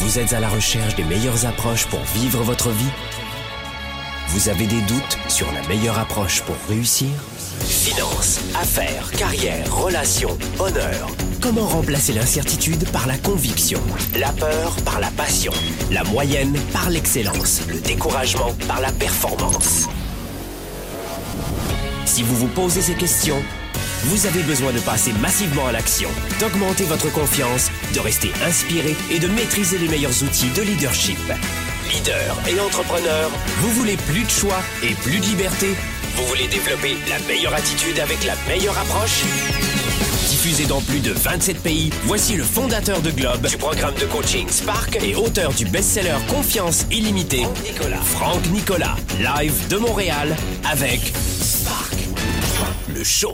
Vous êtes à la recherche des meilleures approches pour vivre votre vie? Vous avez des doutes sur la meilleure approche pour réussir? Finances, affaires, carrière, relations, honneur. Comment remplacer l'incertitude par la conviction, la peur par la passion, la moyenne par l'excellence, le découragement par la performance? Si vous vous posez ces questions, vous avez besoin de passer massivement à l'action, d'augmenter votre confiance, de rester inspiré et de maîtriser les meilleurs outils de leadership. Leader et entrepreneur, vous voulez plus de choix et plus de liberté? Vous voulez développer la meilleure attitude avec la meilleure approche? Diffusé dans plus de 27 pays, voici le fondateur de Globe, du programme de coaching Spark et auteur du best-seller Confiance illimitée, Franck Nicolas, live de Montréal avec Spark, le show.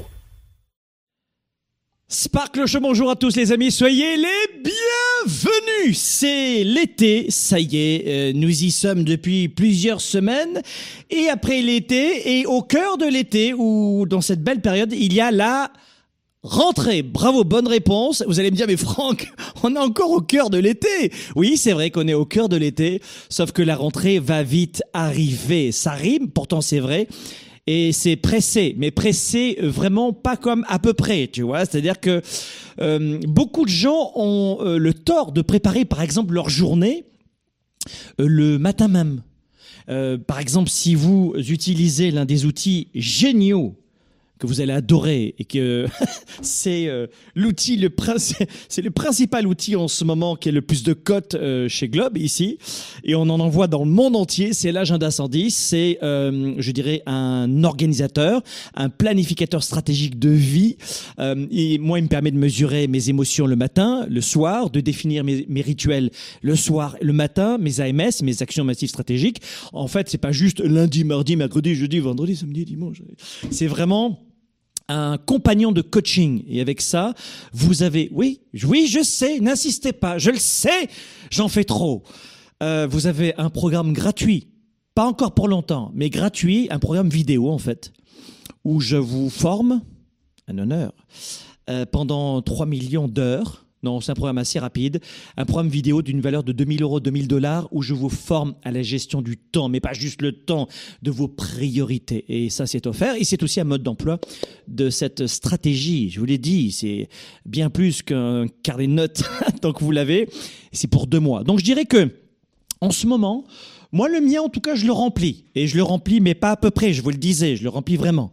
Spark le show, bonjour à tous les amis, soyez les bienvenus. C'est l'été, ça y est, nous y sommes depuis plusieurs semaines. Et après l'été, et au cœur de l'été, ou dans cette belle période, il y a la rentrée. Bravo, bonne réponse. Vous allez me dire, mais Franck, on est encore au cœur de l'été. Oui, c'est vrai qu'on est au cœur de l'été, sauf que la rentrée va vite arriver. Ça rime, pourtant c'est vrai. Et c'est pressé, mais pressé vraiment pas comme à peu près, tu vois. C'est-à-dire que beaucoup de gens ont le tort de préparer, par exemple, leur journée le matin même. Par exemple, si vous utilisez l'un des outils géniaux que vous allez adorer et que c'est l'outil, c'est le principal outil en ce moment qui est le plus de cotes chez Globe ici, et on en envoie dans le monde entier. C'est l'agenda 110. C'est, je dirais, un organisateur, un planificateur stratégique de vie. Et moi, il me permet de mesurer mes émotions le matin, le soir, de définir mes rituels le soir, le matin, mes AMS, mes actions massives stratégiques. En fait, c'est pas juste lundi, mardi, mercredi, jeudi, vendredi, samedi, dimanche. C'est vraiment un compagnon de coaching. Et avec ça, vous avez... Oui, je sais, n'insistez pas, je le sais, j'en fais trop. Vous avez un programme gratuit, pas encore pour longtemps, mais gratuit, un programme vidéo en fait, où je vous forme, un honneur, pendant 3 millions d'heures. Non, c'est un programme assez rapide, un programme vidéo d'une valeur de 2 000 €, 2 000 $ où je vous forme à la gestion du temps, mais pas juste le temps, de vos priorités. Et ça, c'est offert. Et c'est aussi un mode d'emploi de cette stratégie. Je vous l'ai dit, c'est bien plus qu'un carnet de notes, tant que vous l'avez. C'est pour 2 mois. Donc, je dirais que, en ce moment, moi, le mien, en tout cas, je le remplis. Et je le remplis, mais pas à peu près, je vous le disais, je le remplis vraiment.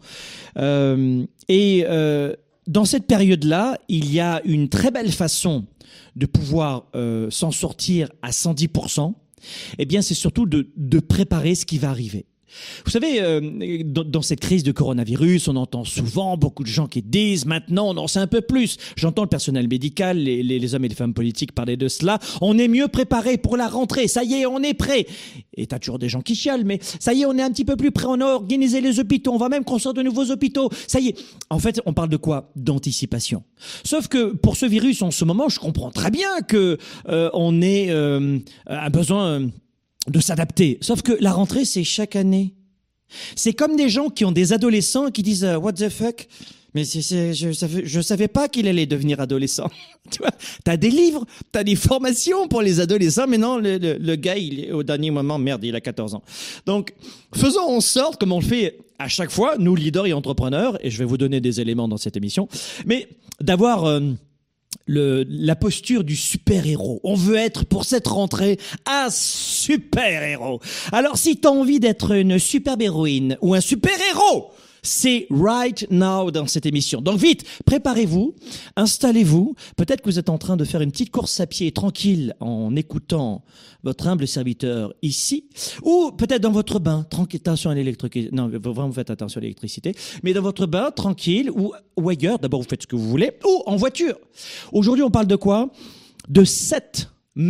Dans cette période-là, il y a une très belle façon de pouvoir s'en sortir à 110%. Eh bien, c'est surtout de préparer ce qui va arriver. Vous savez, dans cette crise de coronavirus, on entend souvent beaucoup de gens qui disent « Maintenant, on en sait un peu plus ». J'entends le personnel médical, les hommes et les femmes politiques parler de cela. On est mieux préparé pour la rentrée. Ça y est, on est prêt. Et t'as toujours des gens qui chialent, mais ça y est, on est un petit peu plus prêt. On a organisé les hôpitaux. On va même construire de nouveaux hôpitaux. Ça y est. En fait, on parle de quoi? D'anticipation. Sauf que pour ce virus, en ce moment, je comprends très bien que on ait un besoin de s'adapter. Sauf que la rentrée, c'est chaque année. C'est comme des gens qui ont des adolescents qui disent « What the fuck ?» Mais je savais pas qu'il allait devenir adolescent. Tu vois, t'as des livres, t'as des formations pour les adolescents, mais non, le gars, il est au dernier moment, merde, il a 14 ans. Donc, faisons en sorte, comme on le fait à chaque fois, nous, leaders et entrepreneurs, et je vais vous donner des éléments dans cette émission, mais d'avoir... la posture du super-héros. On veut être, pour cette rentrée, un super-héros. Alors, si tu as envie d'être une superbe-héroïne ou un super-héros, c'est right now dans cette émission. Donc vite, préparez-vous, installez-vous. Peut-être que vous êtes en train de faire une petite course à pied tranquille en écoutant votre humble serviteur ici, ou peut-être dans votre bain, tranquille, attention à l'électricité. Non, vraiment faites attention à l'électricité. Mais dans votre bain, tranquille, ou ailleurs, d'abord vous faites ce que vous voulez, ou en voiture. Aujourd'hui, on parle de quoi? De 7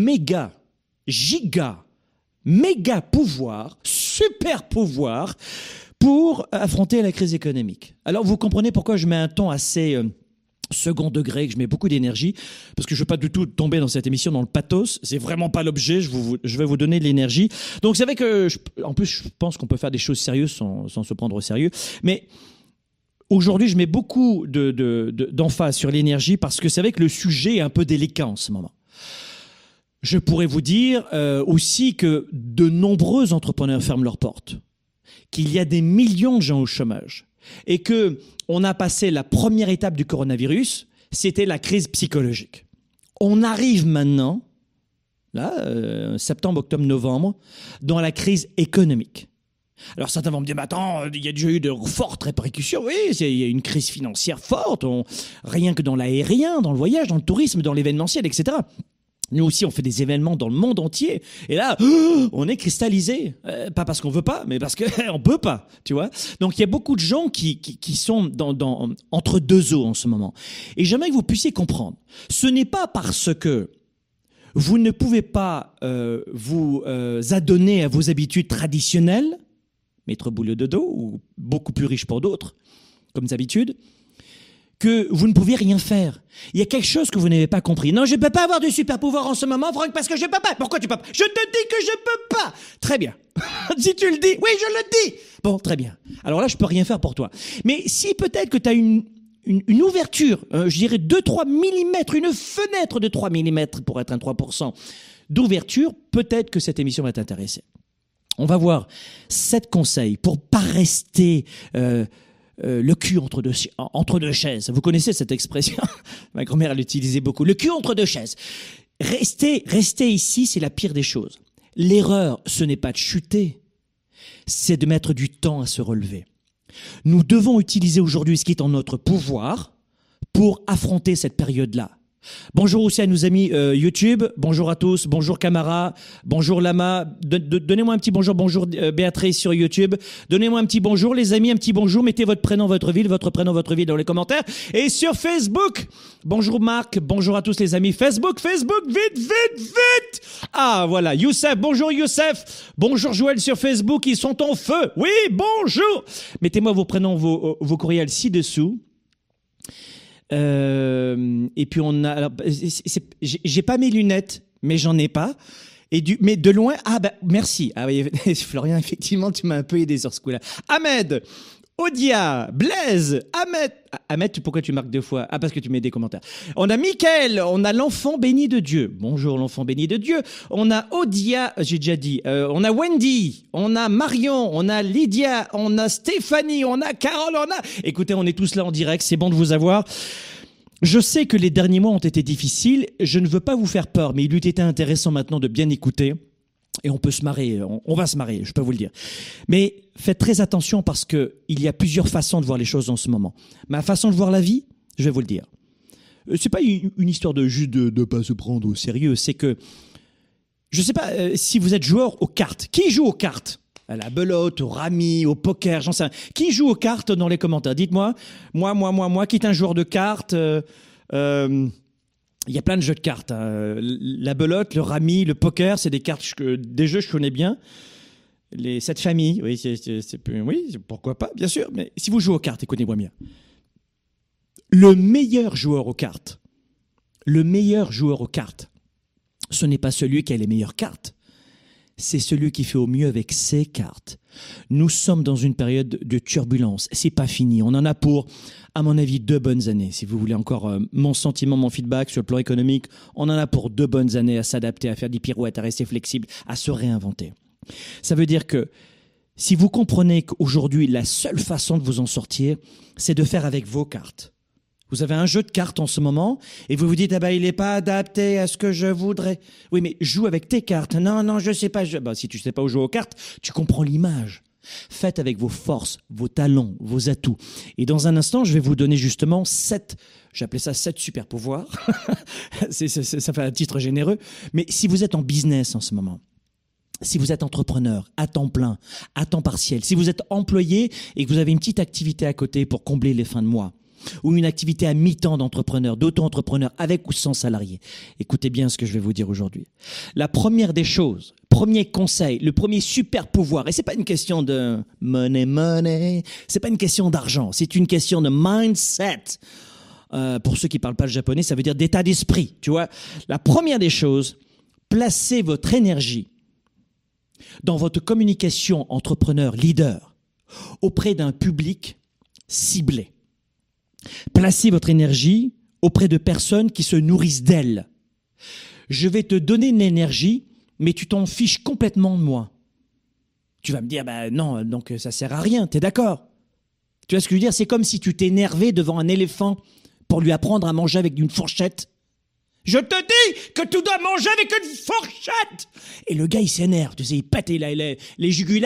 giga pouvoirs, super pouvoirs, pour affronter la crise économique. Alors, vous comprenez pourquoi je mets un ton assez second degré, que je mets beaucoup d'énergie, parce que je ne veux pas du tout tomber dans cette émission dans le pathos. C'est vraiment pas l'objet. Je vais vous donner de l'énergie. Donc, c'est vrai que, en plus, je pense qu'on peut faire des choses sérieuses sans se prendre au sérieux. Mais aujourd'hui, je mets beaucoup d'emphase sur l'énergie parce que c'est vrai que le sujet est un peu délicat en ce moment. Je pourrais vous dire aussi que de nombreux entrepreneurs ferment leurs portes, qu'il y a des millions de gens au chômage et que on a passé la première étape du coronavirus, c'était la crise psychologique. On arrive maintenant, là, septembre, octobre, novembre, dans la crise économique. Alors certains vont me dire, mais attends, il y a déjà eu de fortes répercussions. Oui, il y a une crise financière forte, rien que dans l'aérien, dans le voyage, dans le tourisme, dans l'événementiel, etc. Nous aussi, on fait des événements dans le monde entier. Et là, on est cristallisé. Pas parce qu'on veut pas, mais parce qu'on peut pas, tu vois. Donc, il y a beaucoup de gens qui sont entre deux eaux en ce moment. Et j'aimerais que vous puissiez comprendre. Ce n'est pas parce que vous ne pouvez pas vous adonner à vos habitudes traditionnelles, maître boulot de dos, ou beaucoup plus riche pour d'autres, comme habitudes, que vous ne pouvez rien faire. Il y a quelque chose que vous n'avez pas compris. Non, je ne peux pas avoir de super pouvoir en ce moment, Franck, parce que je ne peux pas. Pourquoi tu peux pas? Je te dis que je ne peux pas. Très bien. Si tu le dis, oui, je le dis. Bon, très bien. Alors là, je ne peux rien faire pour toi. Mais si peut-être que tu as une ouverture, je dirais 2-3 mm, une fenêtre de 3 mm pour être un 3% d'ouverture, peut-être que cette émission va t'intéresser. On va voir 7 conseils pour pas rester le cul entre deux chaises. Vous connaissez cette expression? Ma grand-mère, elle l'utilisait beaucoup. Le cul entre deux chaises. Rester ici, c'est la pire des choses. L'erreur, ce n'est pas de chuter, c'est de mettre du temps à se relever. Nous devons utiliser aujourd'hui ce qui est en notre pouvoir pour affronter cette période-là. Bonjour aussi à nos amis YouTube, bonjour à tous, bonjour Camara, bonjour Lama, donnez-moi un petit bonjour, bonjour Béatrice sur YouTube, donnez-moi un petit bonjour les amis, un petit bonjour, mettez votre prénom, votre ville dans les commentaires, et sur Facebook, bonjour Marc, bonjour à tous les amis, Facebook, vite, ah voilà, Youssef, bonjour Youssef, bonjour Joël sur Facebook, ils sont en feu, oui, bonjour, mettez-moi vos prénoms, vos courriels ci-dessous. Et puis j'ai pas mes lunettes, mais j'en ai pas. Mais de loin, merci. Ah oui, Florian, effectivement, tu m'as un peu aidé sur ce coup-là. Ahmed, Odia, Blaise, Ahmed, pourquoi tu marques 2 fois? Ah, parce que tu mets des commentaires. On a Mickaël, on a l'enfant béni de Dieu. Bonjour l'enfant béni de Dieu. On a Odia, j'ai déjà dit. On a Wendy, on a Marion, on a Lydia, on a Stéphanie, on a Carole, Écoutez, on est tous là en direct, c'est bon de vous avoir. Je sais que les derniers mois ont été difficiles. Je ne veux pas vous faire peur, mais il eût été intéressant maintenant de bien écouter. Et on peut se marrer, on va se marrer, je peux vous le dire. Mais faites très attention parce que il y a plusieurs façons de voir les choses en ce moment. Ma façon de voir la vie, je vais vous le dire. C'est pas une histoire de juste de pas se prendre au sérieux, c'est que je sais pas si vous êtes joueur aux cartes. Qui joue aux cartes? À la belote, au rami, au poker, j'en sais rien. Qui joue aux cartes dans les commentaires? Dites-moi. Moi, qui est un joueur de cartes il y a plein de jeux de cartes. Hein. La belote, le rami, le poker, c'est des cartes, des jeux que je connais bien. Les 7 familles, oui, oui, pourquoi pas, bien sûr. Mais si vous jouez aux cartes, écoutez-moi bien. Le meilleur joueur aux cartes, ce n'est pas celui qui a les meilleures cartes. C'est celui qui fait au mieux avec ses cartes. Nous sommes dans une période de turbulence. C'est pas fini. On en a pour, à mon avis, 2 bonnes années. Si vous voulez encore mon sentiment, mon feedback sur le plan économique, on en a pour 2 bonnes années à s'adapter, à faire des pirouettes, à rester flexible, à se réinventer. Ça veut dire que si vous comprenez qu'aujourd'hui, la seule façon de vous en sortir, c'est de faire avec vos cartes. Vous avez un jeu de cartes en ce moment et vous vous dites, il n'est pas adapté à ce que je voudrais. Oui, mais joue avec tes cartes. Non, je sais pas. Si tu sais pas où jouer aux cartes, tu comprends l'image. Faites avec vos forces, vos talents, vos atouts. Et dans un instant, je vais vous donner justement 7, j'appelais ça 7 super pouvoirs. Ça fait un titre généreux. Mais si vous êtes en business en ce moment, si vous êtes entrepreneur, à temps plein, à temps partiel, si vous êtes employé et que vous avez une petite activité à côté pour combler les fins de mois, ou une activité à mi-temps d'entrepreneur, d'auto-entrepreneur, avec ou sans salarié. Écoutez bien ce que je vais vous dire aujourd'hui. La première des choses, premier conseil, le premier super pouvoir, et c'est pas une question de money, c'est pas une question d'argent, c'est une question de mindset. Pour ceux qui parlent pas le japonais, ça veut dire d'état d'esprit, tu vois. La première des choses, placez votre énergie dans votre communication entrepreneur, leader, auprès d'un public ciblé. Placez votre énergie auprès de personnes qui se nourrissent d'elles. je vais te donner une énergie, mais tu t'en fiches complètement de moi. Tu vas me dire, non, donc ça sert à rien, t'es d'accord? Tu vois ce que je veux dire? C'est comme si tu t'énervais devant un éléphant pour lui apprendre à manger avec une fourchette. Je te dis que tu dois manger avec une fourchette! Et le gars, il s'énerve, tu sais, il pète les jugulaires.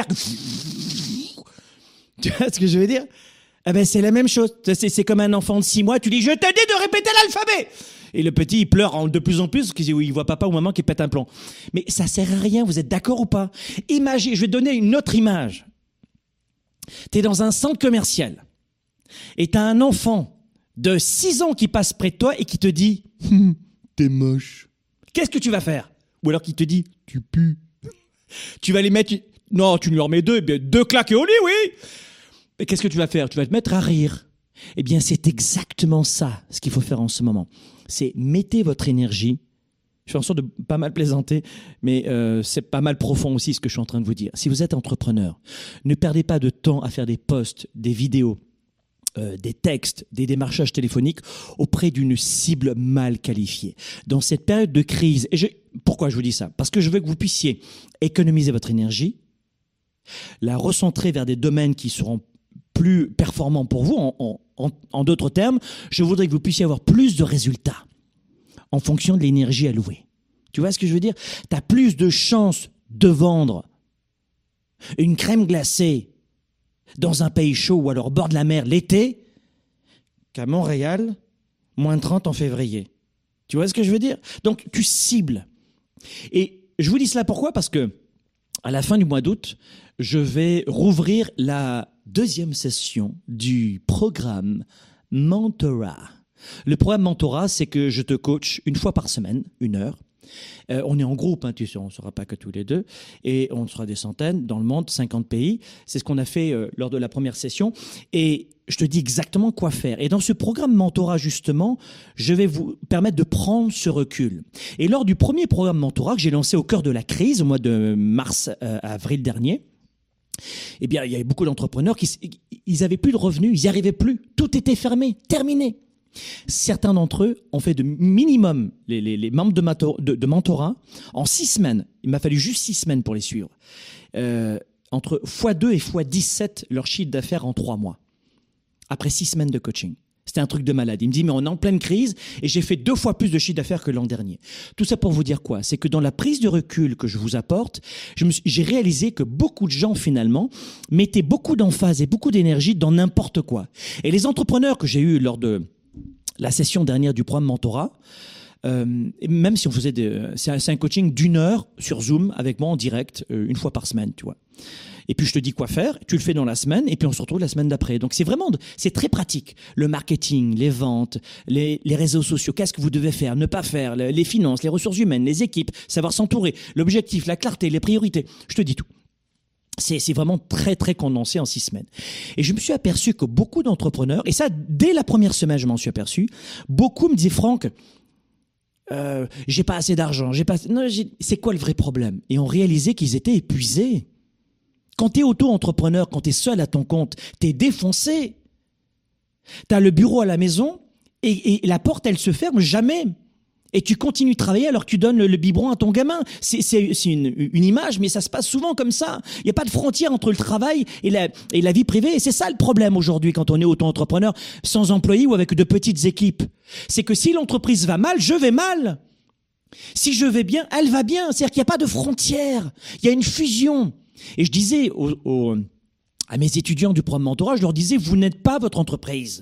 Tu vois ce que je veux dire? C'est la même chose. C'est comme un enfant de 6 mois, tu dis, je te dis de répéter l'alphabet! Et le petit, il pleure de plus en plus parce qu'il voit papa ou maman qui pète un plomb. Mais ça sert à rien, vous êtes d'accord ou pas? Imagine, je vais te donner une autre image. T'es dans un centre commercial et t'as un enfant de 6 ans qui passe près de toi et qui te dit t'es moche. Qu'est-ce que tu vas faire? Ou alors qui te dit tu pues. Tu vas les mettre... Non, tu lui en remets 2 claques et au lit, oui. Mais qu'est-ce que tu vas faire? Tu vas te mettre à rire. Eh bien, c'est exactement ça ce qu'il faut faire en ce moment. C'est mettez votre énergie. Je fais en sorte de pas mal plaisanter, mais c'est pas mal profond aussi ce que je suis en train de vous dire. Si vous êtes entrepreneur, ne perdez pas de temps à faire des posts, des vidéos, des textes, des démarchages téléphoniques auprès d'une cible mal qualifiée. Dans cette période de crise, pourquoi je vous dis ça? Parce que je veux que vous puissiez économiser votre énergie, la recentrer vers des domaines qui seront plus performants pour vous. En d'autres termes, je voudrais que vous puissiez avoir plus de résultats en fonction de l'énergie allouée. Tu vois ce que je veux dire? Tu as plus de chances de vendre une crème glacée dans un pays chaud ou alors au bord de la mer l'été qu'à Montréal, moins 30 en février. Tu vois ce que je veux dire? Donc, tu cibles. Et je vous dis cela pourquoi? Parce que à la fin du mois d'août, je vais rouvrir la 2e session du programme Mentorat. Le programme Mentorat, c'est que je te coach une fois par semaine, 1 heure. On est en groupe, tu sais, on ne sera pas que tous les deux, et on sera des centaines dans le monde, 50 pays. C'est ce qu'on a fait lors de la première session, et je te dis exactement quoi faire. Et dans ce programme Mentorat, justement, je vais vous permettre de prendre ce recul. Et lors du premier programme Mentorat que j'ai lancé au cœur de la crise, au mois de mars-avril dernier, eh bien, il y avait beaucoup d'entrepreneurs ils avaient plus de revenus, ils n'y arrivaient plus. Tout était fermé, terminé. Certains d'entre eux ont fait de minimum les membres de mentorat en 6 semaines. Il m'a fallu juste 6 semaines pour les suivre. Entre x2 et x17 leur chiffre d'affaires en 3 mois. Après 6 semaines de coaching. C'était un truc de malade. Il me dit, mais on est en pleine crise et j'ai fait 2 fois plus de chiffre d'affaires que l'an dernier. Tout ça pour vous dire quoi? C'est que dans la prise de recul que je vous apporte, j'ai réalisé que beaucoup de gens, finalement, mettaient beaucoup d'emphase et beaucoup d'énergie dans n'importe quoi. Et les entrepreneurs que j'ai eus lors de la session dernière du programme Mentorat, même si on faisait c'est un coaching d'1 heure sur Zoom avec moi en direct, 1 fois par semaine, tu vois. Et puis je te dis quoi faire, tu le fais dans la semaine et puis on se retrouve la semaine d'après. Donc c'est très pratique. Le marketing, les ventes, les réseaux sociaux, qu'est-ce que vous devez faire, ne pas faire, les finances, les ressources humaines, les équipes, savoir s'entourer, l'objectif, la clarté, les priorités. Je te dis tout. C'est vraiment très, très condensé en 6 semaines. Et je me suis aperçu que beaucoup d'entrepreneurs, et ça, dès la première semaine, je m'en suis aperçu, beaucoup me disaient, Franck, j'ai pas assez d'argent, c'est quoi le vrai problème? Et on réalisait qu'ils étaient épuisés. Quand tu es auto-entrepreneur, quand tu es seul à ton compte, tu es défoncé. Tu as le bureau à la maison et la porte, elle se ferme jamais. Et tu continues de travailler alors que tu donnes le biberon à ton gamin. C'est une image, mais ça se passe souvent comme ça. Il n'y a pas de frontière entre le travail et la vie privée. Et c'est ça le problème aujourd'hui quand on est auto-entrepreneur, sans employés ou avec de petites équipes. C'est que si l'entreprise va mal, je vais mal. Si je vais bien, elle va bien. C'est-à-dire qu'il n'y a pas de frontière. Il y a une fusion. Et je disais à mes étudiants du programme Mentorat, je leur disais, vous n'êtes pas votre entreprise.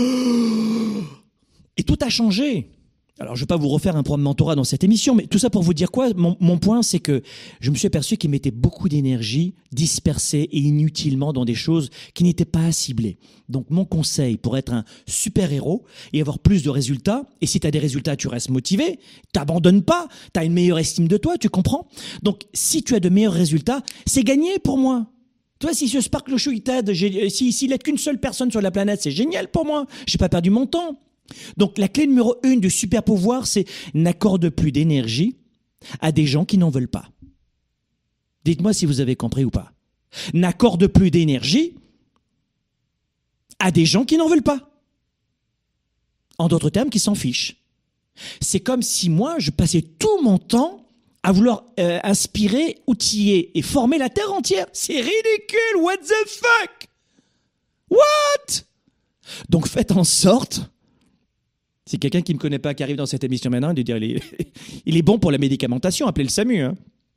Et tout a changé. Alors, je ne vais pas vous refaire un programme Mentorat dans cette émission, mais tout ça pour vous dire quoi? Mon point, c'est que je me suis aperçu qu'ils mettaient beaucoup d'énergie dispersée et inutilement dans des choses qui n'étaient pas ciblées. Donc, mon conseil pour être un super-héros et avoir plus de résultats, et si tu as des résultats, tu restes motivé, t'abandonnes pas, tu as une meilleure estime de toi, tu comprends? Donc, si tu as de meilleurs résultats, c'est gagné pour moi. Toi, si ce Sparkle Show, il t'aide, s'il n'aide qu'une seule personne sur la planète, c'est génial pour moi. J'ai pas perdu mon temps. Donc, la clé numéro 1 du super pouvoir, c'est n'accorde plus d'énergie à des gens qui n'en veulent pas. Dites-moi si vous avez compris ou pas. N'accorde plus d'énergie à des gens qui n'en veulent pas. En d'autres termes, qui s'en fichent. C'est comme si moi, je passais tout mon temps à vouloir inspirer, outiller et former la Terre entière. C'est ridicule, what the fuck? What? Donc faites en sorte, si quelqu'un qui ne me connaît pas, qui arrive dans cette émission maintenant, de dire il est bon pour la médicamentation, appelez le SAMU. Hein.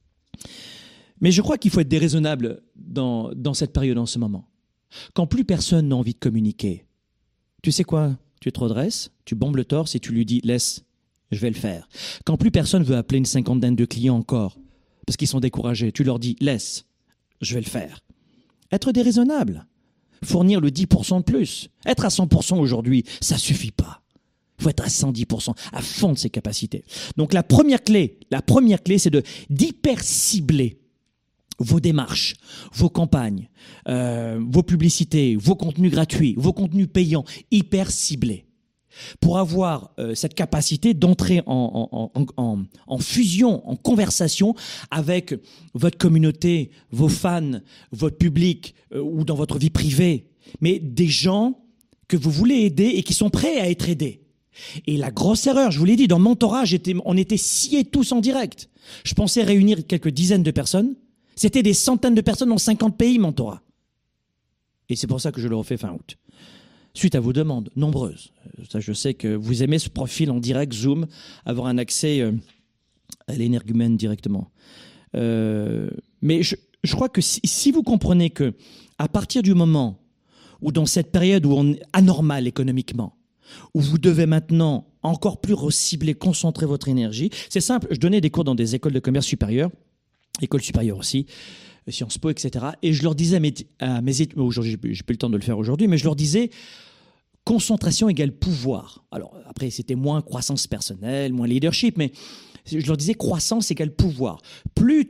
Mais je crois qu'il faut être déraisonnable dans cette période en ce moment. Quand plus personne n'a envie de communiquer, tu sais quoi? Tu te redresses, tu bombes le torse et tu lui dis « laisse, je vais le faire ». Quand plus personne veut appeler une cinquantaine de clients encore, parce qu'ils sont découragés, tu leur dis « laisse, je vais le faire ». Être déraisonnable, fournir le 10% de plus. Être à 100% aujourd'hui, ça suffit pas. Il faut être à 110%, à fond de ses capacités. Donc la première clé, c'est d'hyper-cibler vos démarches, vos campagnes, vos publicités, vos contenus gratuits, vos contenus payants, hyper ciblés. Pour avoir cette capacité d'entrer en fusion, en conversation avec votre communauté, vos fans, votre public ou dans votre vie privée, mais des gens que vous voulez aider et qui sont prêts à être aidés. Et la grosse erreur, je vous l'ai dit, dans Mentorat, on était sciés tous en direct. Je pensais réunir quelques dizaines de personnes. C'était des centaines de personnes dans 50 pays, Mentorat. Et c'est pour ça que je le refais fin août. Suite à vos demandes, nombreuses. Ça, je sais que vous aimez ce profil en direct, Zoom, avoir un accès à l'énergumène directement. Mais je crois que si vous comprenez que à partir du moment où dans cette période où on est anormal économiquement, où vous devez maintenant encore plus recibler, concentrer votre énergie, c'est simple, je donnais des cours dans des écoles de commerce supérieures, écoles supérieures aussi, Sciences Po, etc. Et je leur disais à mes étudiants, aujourd'hui, j'ai plus le temps de le faire aujourd'hui, mais je leur disais, concentration égale pouvoir. Alors après, c'était moins croissance personnelle, moins leadership, mais je leur disais croissance égale pouvoir. Plus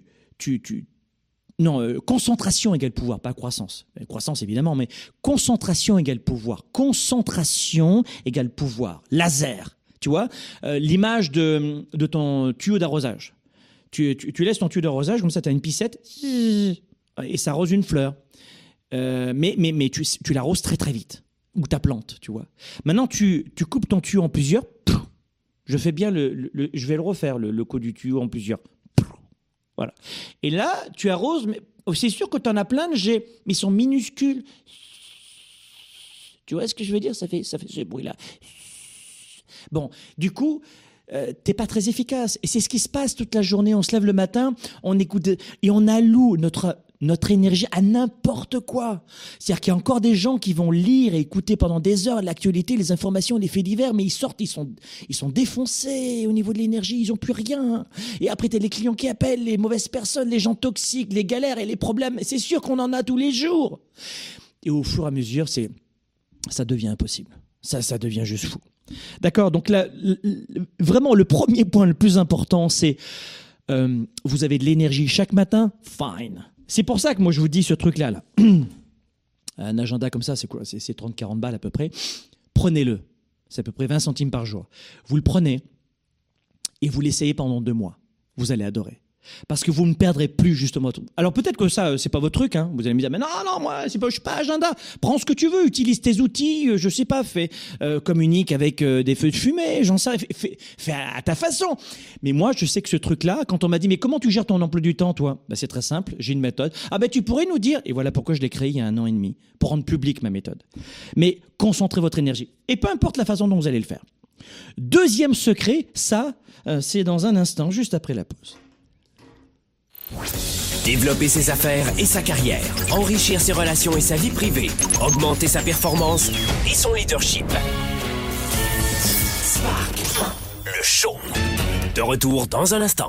concentration égale pouvoir, pas croissance. Croissance évidemment, mais concentration égale pouvoir. Concentration égale pouvoir. Laser, tu vois, l'image de ton tuyau d'arrosage. Tu laisses ton tuyau d'arrosage, comme ça tu as une piscette, et ça arrose une fleur. Mais tu l'arroses très très vite. Ou ta plante, tu vois. Maintenant, tu coupes ton tuyau en plusieurs. Je fais bien je vais le refaire, le coup du tuyau en plusieurs. Voilà. Et là, tu arroses, mais c'est sûr que tu en as plein de jets, mais ils sont minuscules. Tu vois ce que je veux dire? Ça fait ce bruit-là. Bon, du coup, t'es pas très efficace. Et c'est ce qui se passe toute la journée. On se lève le matin, on écoute et on alloue notre énergie à n'importe quoi. C'est-à-dire qu'il y a encore des gens qui vont lire et écouter pendant des heures l'actualité, les informations, les faits divers, mais ils sortent, ils sont défoncés au niveau de l'énergie, ils n'ont plus rien. Et après, t'as les clients qui appellent, les mauvaises personnes, les gens toxiques, les galères et les problèmes. C'est sûr qu'on en a tous les jours. Et au fur et à mesure, ça devient impossible. Ça devient juste fou. D'accord, donc là, vraiment, le premier point le plus important, c'est vous avez de l'énergie chaque matin, fine. C'est pour ça que moi je vous dis ce truc-là. Là. Un agenda comme ça, c'est quoi? C'est 30-40 balles à peu près. Prenez-le. C'est à peu près 20 centimes par jour. Vous le prenez et vous l'essayez pendant 2 mois. Vous allez adorer. Parce que vous ne perdrez plus justement. Alors peut-être que ça, c'est pas votre truc. Hein. Vous allez me dire, mais non, moi, je suis pas agenda. Prends ce que tu veux, utilise tes outils. Je sais pas, communique avec des feux de fumée. J'en sais, fais à ta façon. Mais moi, je sais que ce truc-là, quand on m'a dit, mais comment tu gères ton emploi du temps, toi? Ben, c'est très simple. J'ai une méthode. Ah ben tu pourrais nous dire. Et voilà pourquoi je l'ai créé il y a 1 an et demi pour rendre publique ma méthode. Mais concentrez votre énergie. Et peu importe la façon dont vous allez le faire. Deuxième secret, ça, c'est dans un instant, juste après la pause. Développer ses affaires et sa carrière, enrichir ses relations et sa vie privée, augmenter sa performance et son leadership. Spark, le show. De retour dans un instant.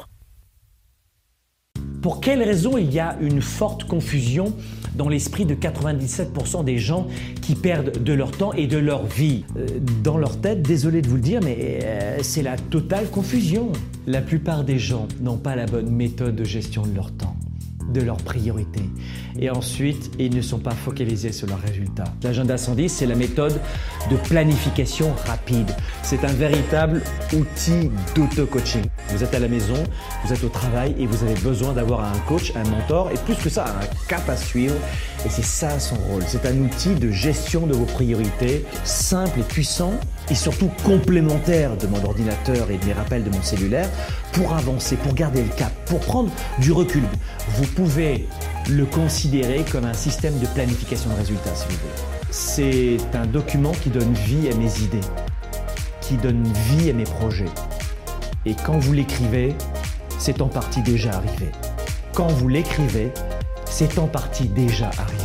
Pour quelles raisons il y a une forte confusion dans l'esprit de 97% des gens qui perdent de leur temps et de leur vie? Dans leur tête, désolé de vous le dire, mais c'est la totale confusion. La plupart des gens n'ont pas la bonne méthode de gestion de leur temps. de leurs priorités. Et ensuite, ils ne sont pas focalisés sur leurs résultats. L'agenda 110, c'est la méthode de planification rapide. C'est un véritable outil d'auto-coaching. Vous êtes à la maison, vous êtes au travail et vous avez besoin d'avoir un coach, un mentor et plus que ça, un cap à suivre. Et c'est ça son rôle. C'est un outil de gestion de vos priorités, simple et puissant et surtout complémentaire de mon ordinateur et de mes rappels de mon cellulaire pour avancer, pour garder le cap, pour prendre du recul. Vous pouvez le considérer comme un système de planification de résultats, si vous voulez. C'est un document qui donne vie à mes idées, qui donne vie à mes projets. Et quand vous l'écrivez, c'est en partie déjà arrivé. Quand vous l'écrivez, c'est en partie déjà arrivé.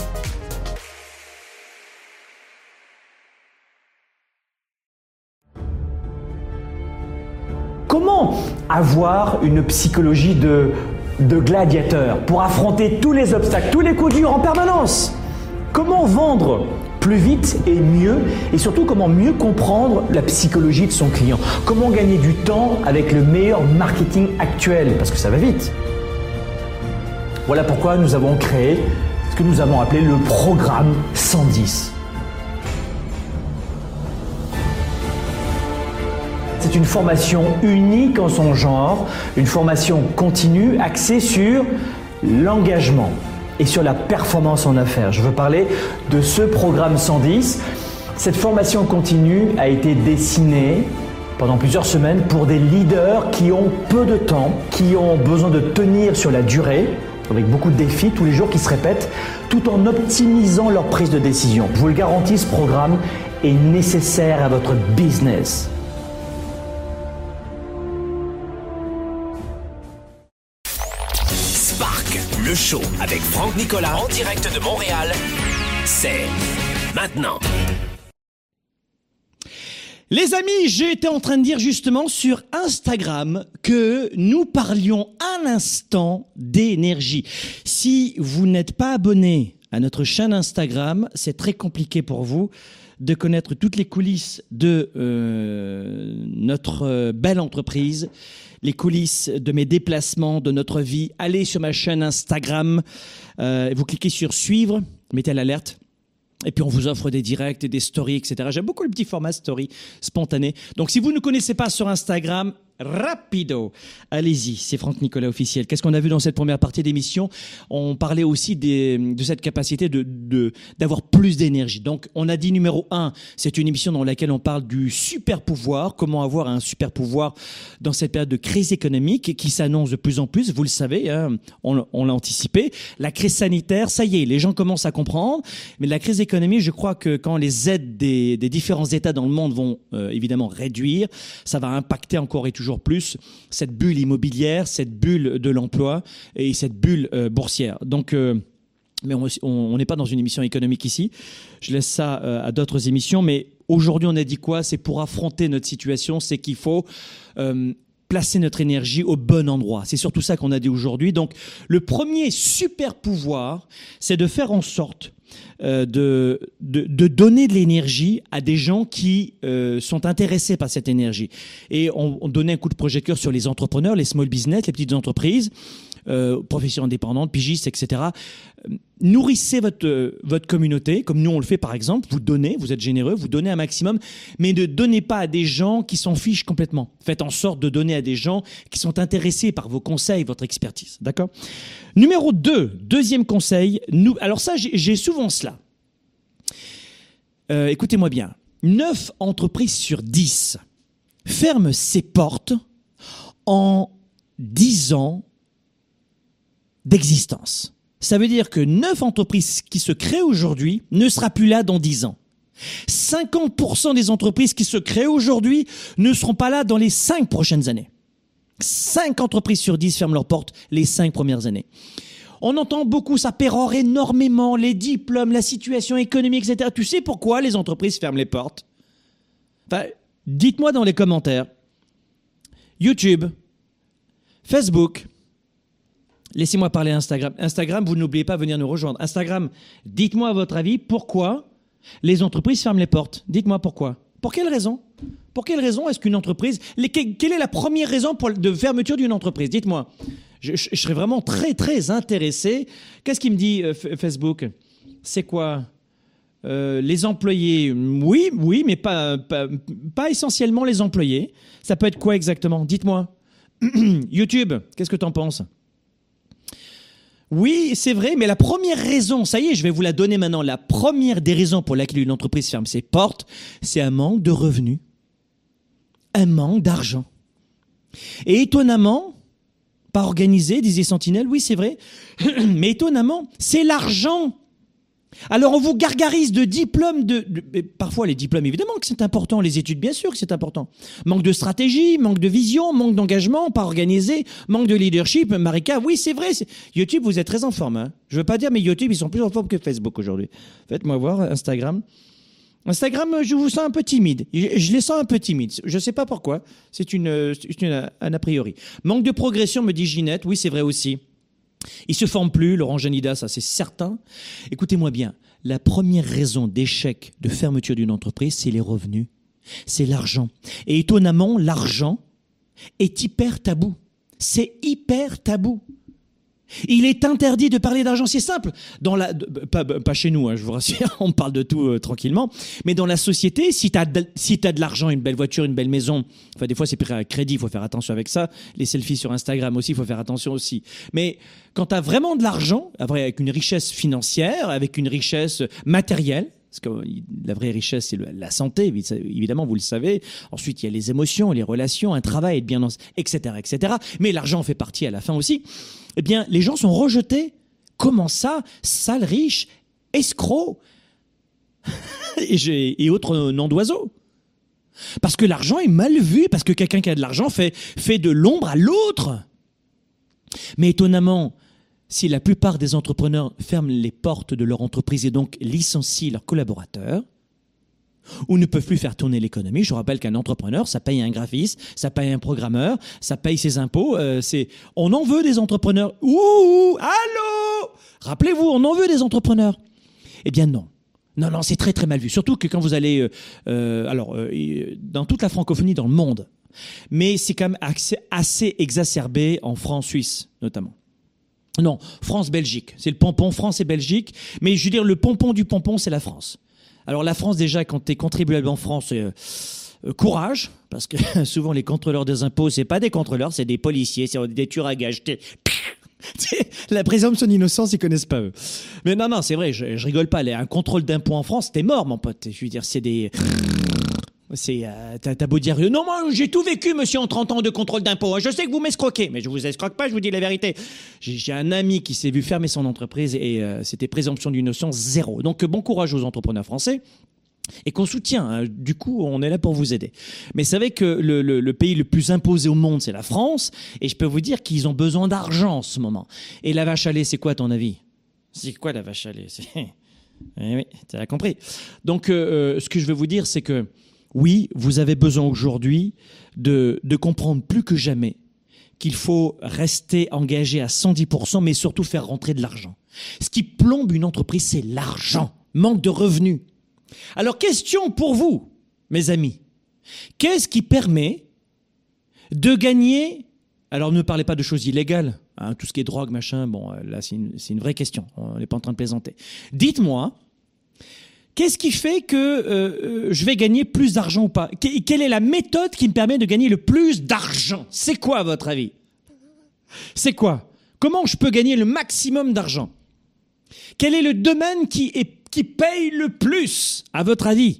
Comment avoir une psychologie de gladiateur pour affronter tous les obstacles, tous les coups durs en permanence? Comment vendre plus vite et mieux et surtout comment mieux comprendre la psychologie de son client? Comment gagner du temps avec le meilleur marketing actuel? Parce que ça va vite. Voilà pourquoi nous avons créé ce que nous avons appelé le programme 110. C'est une formation unique en son genre, une formation continue axée sur l'engagement et sur la performance en affaires. Je veux parler de ce programme 110. Cette formation continue a été dessinée pendant plusieurs semaines pour des leaders qui ont peu de temps, qui ont besoin de tenir sur la durée, avec beaucoup de défis tous les jours qui se répètent, tout en optimisant leur prise de décision. Je vous le garantis, ce programme est nécessaire à votre business. Spark, le show avec Franck Nicolas en direct de Montréal, c'est maintenant. Les amis, j'étais en train de dire justement sur Instagram que nous parlions à l'instant d'énergie. Si vous n'êtes pas abonné à notre chaîne Instagram, c'est très compliqué pour vous de connaître toutes les coulisses de notre belle entreprise, les coulisses de mes déplacements, de notre vie. Allez sur ma chaîne Instagram, vous cliquez sur suivre, mettez l'alerte. Et puis on vous offre des directs et des stories, etc. J'aime beaucoup le petit format story spontané. Donc si vous ne connaissez pas sur Instagram, rapido, allez-y, c'est Franck Nicolas officiel. Qu'est-ce qu'on a vu dans cette première partie d'émission? On parlait aussi de cette capacité d'avoir plus d'énergie. Donc on a dit numéro 1, c'est une émission dans laquelle on parle du super pouvoir, comment avoir un super pouvoir dans cette période de crise économique qui s'annonce de plus en plus, vous le savez, hein, on l'a anticipé. La crise sanitaire, ça y est, les gens commencent à comprendre, mais la crise économique, je crois que quand les aides des différents États dans le monde vont évidemment réduire, ça va impacter encore et toujours plus cette bulle immobilière, cette bulle de l'emploi et cette bulle boursière. Donc, mais on n'est pas dans une émission économique ici. Je laisse ça à d'autres émissions. Mais aujourd'hui, on a dit quoi? C'est pour affronter notre situation, c'est qu'il faut placer notre énergie au bon endroit. C'est surtout ça qu'on a dit aujourd'hui. Donc, le premier super pouvoir, c'est de faire en sorte de donner de l'énergie à des gens qui sont intéressés par cette énergie. Et on donnait un coup de projecteur sur les entrepreneurs, les small business, les petites entreprises, professions indépendantes, pigistes, etc. Nourrissez votre communauté, comme nous on le fait par exemple. Vous donnez, vous êtes généreux, vous donnez un maximum, mais ne donnez pas à des gens qui s'en fichent complètement. Faites en sorte de donner à des gens qui sont intéressés par vos conseils, votre expertise. D'accord ? Numéro 2, deuxième conseil. Alors ça, j'ai souvent cela. Écoutez-moi bien. 9 entreprises sur 10 ferment ses portes en 10 ans d'existence. Ça veut dire que 9 entreprises qui se créent aujourd'hui ne sera plus là dans 10 ans. 50% des entreprises qui se créent aujourd'hui ne seront pas là dans les 5 prochaines années. 5 entreprises sur 10 ferment leurs portes les 5 premières années. On entend beaucoup, ça pérore énormément, les diplômes, la situation économique, etc. Tu sais pourquoi les entreprises ferment les portes? Enfin, dites-moi dans les commentaires. YouTube, Facebook, laissez-moi parler Instagram. Instagram, vous n'oubliez pas de venir nous rejoindre. Instagram, dites-moi à votre avis pourquoi les entreprises ferment les portes. Dites-moi pourquoi. Pour quelle raison? Pour quelle raison est-ce qu'une entreprise... Quelle est la première raison de fermeture d'une entreprise? Dites-moi. Je serais vraiment très, très intéressé. Qu'est-ce qu'il me dit, Facebook? C'est quoi? Les employés, oui, mais pas essentiellement les employés. Ça peut être quoi exactement? Dites-moi. YouTube, qu'est-ce que tu en penses? Oui, c'est vrai, mais la première raison, ça y est, je vais vous la donner maintenant. La première des raisons pour laquelle une entreprise ferme ses portes, c'est un manque de revenus, un manque d'argent. Et étonnamment, pas organisé, disait Sentinelle, oui, c'est vrai, mais étonnamment, c'est l'argent. Alors on vous gargarise de diplômes, parfois les diplômes évidemment que c'est important, les études bien sûr que c'est important. Manque de stratégie, manque de vision, manque d'engagement, pas organisé, manque de leadership. Marika, oui c'est vrai, YouTube vous êtes très en forme. Hein. Je veux pas dire mais YouTube ils sont plus en forme que Facebook aujourd'hui. Faites-moi voir Instagram. Instagram je vous sens un peu timide, je les sens un peu timides, je sais pas pourquoi, c'est un a priori. Manque de progression me dit Ginette, oui c'est vrai aussi. Ils se forment plus, Laurent Janida, ça c'est certain. Écoutez-moi bien, la première raison d'échec de fermeture d'une entreprise, c'est les revenus, c'est l'argent. Et étonnamment, l'argent est hyper tabou. C'est hyper tabou. Il est interdit de parler d'argent, c'est simple. Pas chez nous, hein, je vous rassure, on parle de tout tranquillement. Mais dans la société, si t'as de l'argent, une belle voiture, une belle maison, enfin des fois c'est pris à crédit, il faut faire attention avec ça. Les selfies sur Instagram aussi, il faut faire attention aussi. Mais quand t'as vraiment de l'argent, avec une richesse financière, avec une richesse matérielle, parce que la vraie richesse, c'est la santé, évidemment, vous le savez. Ensuite, il y a les émotions, les relations, un travail, être bien dans, etc., etc. Mais l'argent fait partie à la fin aussi. Eh bien, les gens sont rejetés. Comment ça? Sale riche, escroc et autres noms d'oiseaux. Parce que l'argent est mal vu, parce que quelqu'un qui a de l'argent fait de l'ombre à l'autre. Mais étonnamment, si la plupart des entrepreneurs ferment les portes de leur entreprise et donc licencient leurs collaborateurs, ou ne peuvent plus faire tourner l'économie, je rappelle qu'un entrepreneur, ça paye un graphiste, ça paye un programmeur, ça paye ses impôts, on en veut des entrepreneurs. Ouh, allô? Rappelez-vous, on en veut des entrepreneurs. Eh bien non. Non, c'est très très mal vu. Surtout que quand vous allez, dans toute la francophonie, dans le monde, mais c'est quand même assez exacerbé en France-Suisse notamment. Non, France-Belgique. C'est le pompon France et Belgique. Mais je veux dire, le pompon du pompon, c'est la France. Alors la France, déjà, quand tu es contribuable en France, courage, parce que souvent les contrôleurs des impôts, c'est pas des contrôleurs, c'est des policiers, c'est des tueurs à gages. La présomption d'innocence, ils connaissent pas eux. Mais non, c'est vrai, je rigole pas. Un contrôle d'impôts en France, t'es mort, mon pote. Je veux dire, c'est des... T'as beau dire non, moi j'ai tout vécu monsieur en 30 ans de contrôle d'impôt, je sais que vous m'escroquez, mais je vous escroque pas, je vous dis la vérité. J'ai un ami qui s'est vu fermer son entreprise et c'était présomption d'innocence 0. Donc bon courage aux entrepreneurs français et qu'on soutient, hein. Du coup on est là pour vous aider. Mais savez que le pays le plus imposé au monde c'est la France et je peux vous dire qu'ils ont besoin d'argent en ce moment. Et la vache à lait c'est quoi à ton avis? C'est quoi la vache à lait? Oui, tu as compris. Donc ce que je veux vous dire c'est que oui, vous avez besoin aujourd'hui de comprendre plus que jamais qu'il faut rester engagé à 110%, mais surtout faire rentrer de l'argent. Ce qui plombe une entreprise, c'est l'argent, manque de revenus. Alors, question pour vous, mes amis. Qu'est-ce qui permet de gagner... Alors, ne parlez pas de choses illégales, hein, tout ce qui est drogue, machin, bon, là, c'est une vraie question. On n'est pas en train de plaisanter. Dites-moi... Qu'est-ce qui fait que je vais gagner plus d'argent ou pas? Quelle est la méthode qui me permet de gagner le plus d'argent? C'est quoi, à votre avis? C'est quoi? Comment je peux gagner le maximum d'argent? Quel est le domaine qui paye le plus, à votre avis?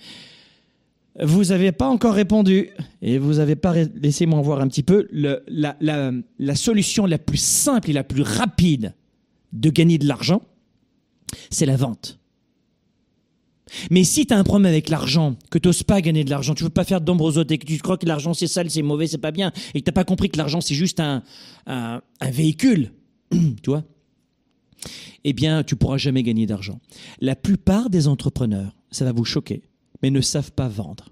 Vous n'avez pas encore répondu et vous n'avez pas... Laissez-moi voir un petit peu. La solution la plus simple et la plus rapide de gagner de l'argent, c'est la vente. Mais si tu as un problème avec l'argent, que tu n'oses pas gagner de l'argent, tu veux pas faire d'ombre aux autres et que tu crois que l'argent c'est sale, c'est mauvais, c'est pas bien, et que tu n'as pas compris que l'argent c'est juste un véhicule, tu vois, eh bien tu pourras jamais gagner d'argent. La plupart des entrepreneurs, ça va vous choquer, mais ne savent pas vendre.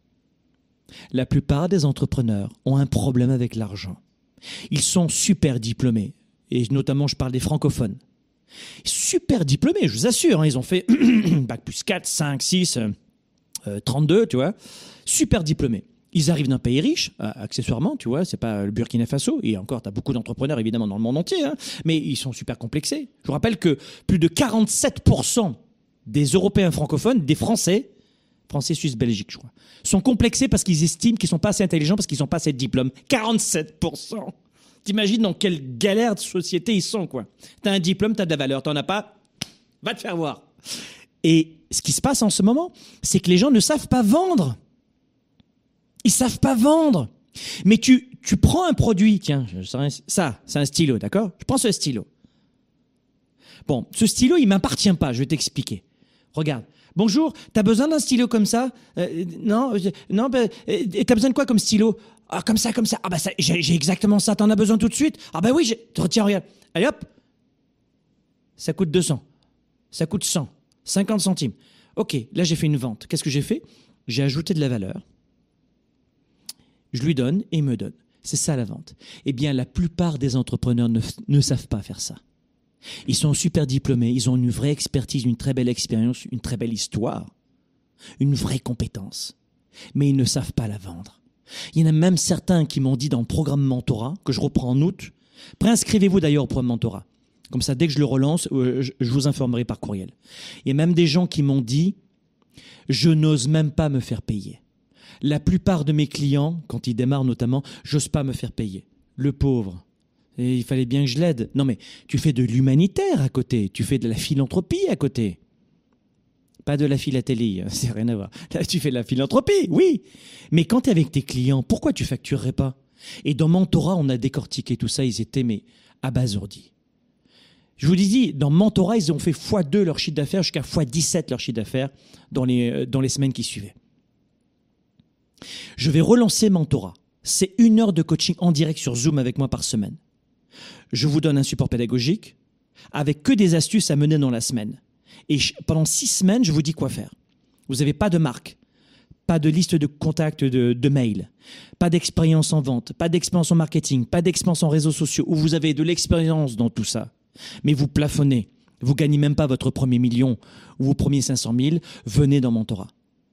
La plupart des entrepreneurs ont un problème avec l'argent. Ils sont super diplômés, et notamment je parle des francophones. Super diplômés, je vous assure, hein, ils ont fait bac plus 4, 5, 6, 32, tu vois, super diplômés. Ils arrivent d'un pays riche, accessoirement, tu vois, c'est pas le Burkina Faso, et encore, tu as beaucoup d'entrepreneurs évidemment dans le monde entier, hein, mais ils sont super complexés. Je vous rappelle que plus de 47% des Européens francophones, des Français, Suisse, Belgique, je crois, sont complexés parce qu'ils estiment qu'ils sont pas assez intelligents, parce qu'ils n'ont pas assez de diplômes. 47%. T'imagines dans quelle galère de société ils sont, quoi. T'as un diplôme, t'as de la valeur, t'en as pas, va te faire voir. Et ce qui se passe en ce moment, c'est que les gens ne savent pas vendre. Ils savent pas vendre. Mais tu prends un produit, tiens, ça, c'est un stylo, d'accord? Je prends ce stylo. Bon, ce stylo, il m'appartient pas, je vais t'expliquer. Regarde. Bonjour, t'as besoin d'un stylo comme ça? Non, t'as besoin de quoi comme stylo? Ah, comme ça. Ah bah ça, j'ai exactement ça, t'en as besoin tout de suite? Ah bah oui, tiens, regarde. Allez hop. Ça coûte 200. Ça coûte 100. 50 centimes. Ok, là j'ai fait une vente. Qu'est-ce que j'ai fait? J'ai ajouté de la valeur. Je lui donne et il me donne. C'est ça la vente. Eh bien, la plupart des entrepreneurs ne savent pas faire ça. Ils sont super diplômés, ils ont une vraie expertise, une très belle expérience, une très belle histoire, une vraie compétence. Mais ils ne savent pas la vendre. Il y en a même certains qui m'ont dit dans le programme mentorat, que je reprends en août, préinscrivez-vous d'ailleurs au programme mentorat. Comme ça, dès que je le relance, je vous informerai par courriel. Il y a même des gens qui m'ont dit, je n'ose même pas me faire payer. La plupart de mes clients, quand ils démarrent notamment, j'ose pas me faire payer. Le pauvre. Et il fallait bien que je l'aide. Non mais, tu fais de l'humanitaire à côté, tu fais de la philanthropie à côté. Pas de la philatélie, c'est rien à voir. Là, tu fais de la philanthropie, oui. Mais quand tu es avec tes clients, pourquoi tu facturerais pas? Et dans Mentorat, on a décortiqué tout ça, ils étaient mais abasourdis. Je vous dis, dans Mentorat, ils ont fait x2 leur chiffre d'affaires jusqu'à x17 leur chiffre d'affaires dans les semaines qui suivaient. Je vais relancer Mentorat. C'est 1 heure de coaching en direct sur Zoom avec moi par semaine. Je vous donne un support pédagogique avec que des astuces à mener dans la semaine. Et pendant 6 semaines, je vous dis quoi faire. Vous n'avez pas de marque, pas de liste de contacts de mail, pas d'expérience en vente, pas d'expérience en marketing, pas d'expérience en réseaux sociaux, où vous avez de l'expérience dans tout ça. Mais vous plafonnez, vous gagnez même pas votre premier million ou vos premiers 500 000, venez dans Mentorat.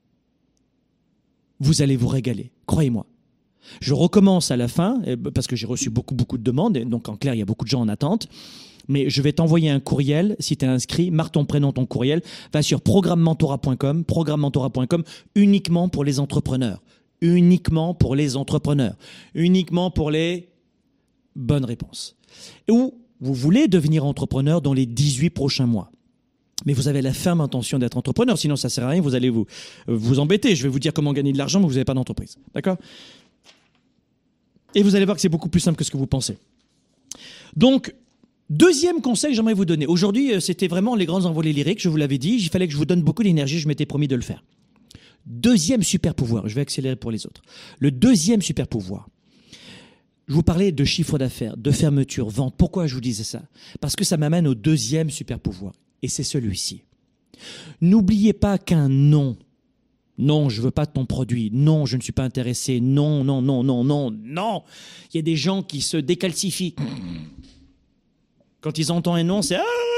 Vous allez vous régaler, croyez-moi. Je recommence à la fin, parce que j'ai reçu beaucoup de demandes, et donc en clair, il y a beaucoup de gens en attente. Mais je vais t'envoyer un courriel, si tu es inscrit, marque ton prénom, ton courriel, va sur programmementorat.com, uniquement pour les entrepreneurs. Uniquement pour les entrepreneurs. Uniquement pour les bonnes réponses. Ou vous voulez devenir entrepreneur dans les 18 prochains mois. Mais vous avez la ferme intention d'être entrepreneur, sinon ça ne sert à rien, vous allez vous embêter. Je vais vous dire comment gagner de l'argent, mais vous n'avez pas d'entreprise. D'accord ? Et vous allez voir que c'est beaucoup plus simple que ce que vous pensez. Donc, deuxième conseil que j'aimerais vous donner. Aujourd'hui, c'était vraiment les grandes envolées lyriques, je vous l'avais dit. Il fallait que je vous donne beaucoup d'énergie, je m'étais promis de le faire. Deuxième super pouvoir, je vais accélérer pour les autres. Le deuxième super pouvoir. Je vous parlais de chiffre d'affaires, de fermeture, vente. Pourquoi je vous disais ça? Parce que ça m'amène au deuxième super pouvoir. Et c'est celui-ci. N'oubliez pas qu'un non. Non, je veux pas de ton produit. Non, je ne suis pas intéressé. Non. Il y a des gens qui se décalcifient. Quand ils entendent un non, c'est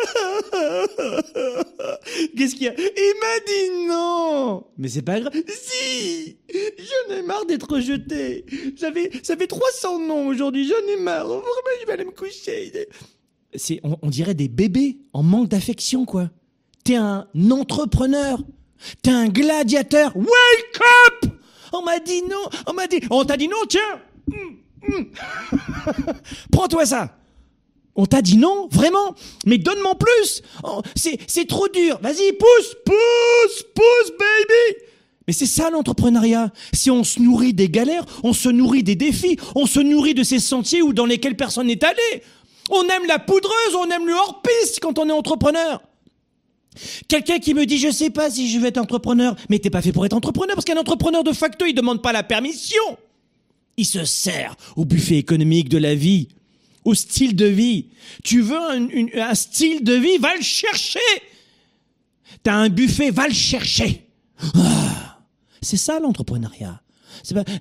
qu'est-ce qu'il y a? Il m'a dit non. Mais c'est pas grave. Si, j'en ai marre d'être rejeté. Ça fait 300 non aujourd'hui. J'en ai marre. Vraiment, je vais aller me coucher. On dirait des bébés en manque d'affection, quoi. T'es un entrepreneur. T'es un gladiateur. Wake up! On m'a dit non. On t'a dit non, tiens. Prends-toi ça. On t'a dit non, vraiment? Mais donne-moi plus. Oh, c'est trop dur. Vas-y, pousse, baby. Mais c'est ça l'entrepreneuriat. Si on se nourrit des galères, on se nourrit des défis, on se nourrit de ces sentiers dans lesquels personne n'est allé. On aime la poudreuse, on aime le hors-piste quand on est entrepreneur. Quelqu'un qui me dit, je sais pas si je vais être entrepreneur. Mais t'es pas fait pour être entrepreneur, parce qu'un entrepreneur de facto, il demande pas la permission. Il se sert au buffet économique de la vie, au style de vie. Tu veux un style de vie, va le chercher. T'as un buffet, va le chercher. Ah, c'est ça l'entrepreneuriat. C'est pas...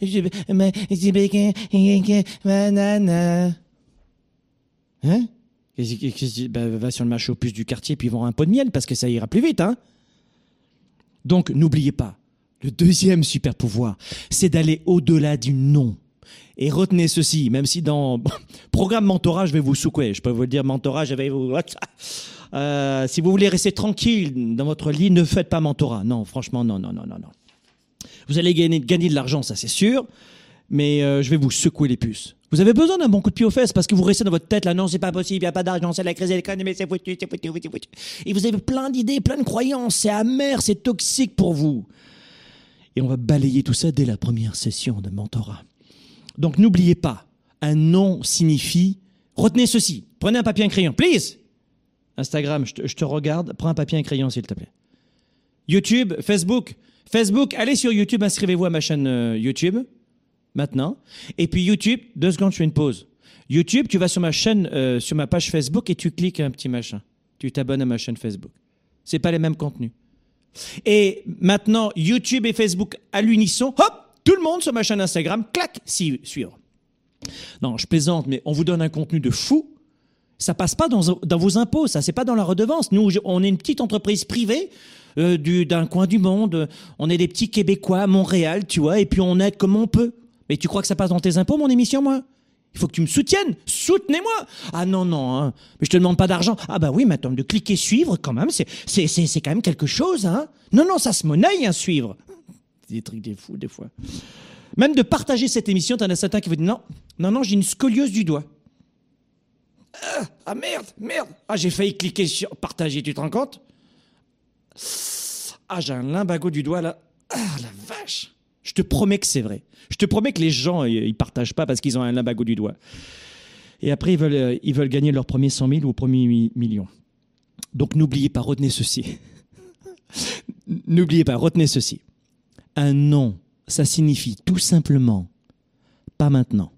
Hein? Va sur le marché aux puces du quartier puis vends un pot de miel parce que ça ira plus vite. Hein? Donc, n'oubliez pas, Le deuxième super pouvoir, c'est d'aller au-delà du non. Et retenez ceci, même si dans programme mentorat, je vais vous secouer. Je peux vous le dire, mentorat, je vais vous... si vous voulez rester tranquille dans votre lit, ne faites pas mentorat. Non, franchement, non. Vous allez gagner de l'argent, ça c'est sûr, mais je vais vous secouer les puces. Vous avez besoin d'un bon coup de pied aux fesses parce que vous restez dans votre tête là, non, c'est pas possible, il n'y a pas d'argent, c'est la crise de l'économie, c'est foutu. Et vous avez plein d'idées, plein de croyances, c'est amer, c'est toxique pour vous. Et on va balayer tout ça dès la première session de mentorat. Donc n'oubliez pas, un non signifie, retenez ceci, prenez un papier et un crayon, please. Instagram, je te regarde, prends un papier et un crayon s'il te plaît. YouTube, Facebook, allez sur YouTube, inscrivez-vous à ma chaîne YouTube. Maintenant. Et puis YouTube, 2 secondes, je fais une pause. YouTube, tu vas sur ma chaîne, sur ma page Facebook et tu cliques un petit machin. Tu t'abonnes à ma chaîne Facebook. C'est pas les mêmes contenus. Et maintenant, YouTube et Facebook à l'unisson, hop, tout le monde sur ma chaîne Instagram, clac, suivre. Non, je plaisante, mais on vous donne un contenu de fou. Ça passe pas dans vos impôts, ça, c'est pas dans la redevance. Nous, on est une petite entreprise privée d'un coin du monde. On est des petits Québécois à Montréal, tu vois, et puis on aide comme on peut. Mais tu crois que ça passe dans tes impôts, mon émission, moi? Il faut que tu me soutiennes. Soutenez-moi. Ah non, hein. Mais je te demande pas d'argent. Ah bah oui, mais attends, de cliquer suivre, quand même, c'est quand même quelque chose, hein. Non, ça se monnaie, hein, suivre. C'est des trucs des fous, des fois. Même de partager cette émission, t'en as certains qui vont dire non, j'ai une scoliose du doigt. Ah merde. Ah, j'ai failli cliquer sur partager, tu te rends compte? Ah, j'ai un limbago du doigt, là. Ah, la vache. Je te promets que c'est vrai. Je te promets que les gens, ils partagent pas parce qu'ils ont un limbago du doigt. Et après, ils veulent gagner leur premier 100 000 ou premier million. Donc, n'oubliez pas, retenez ceci. N'oubliez pas, retenez ceci. Un non, ça signifie tout simplement pas maintenant.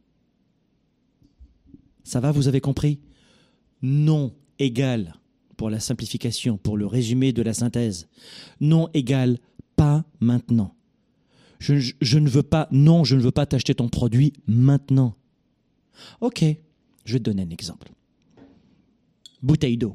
Ça va, vous avez compris? Non égale, pour la simplification, pour le résumé de la synthèse, non égale pas maintenant. Je ne veux pas t'acheter ton produit maintenant. Ok, je vais te donner un exemple. Bouteille d'eau.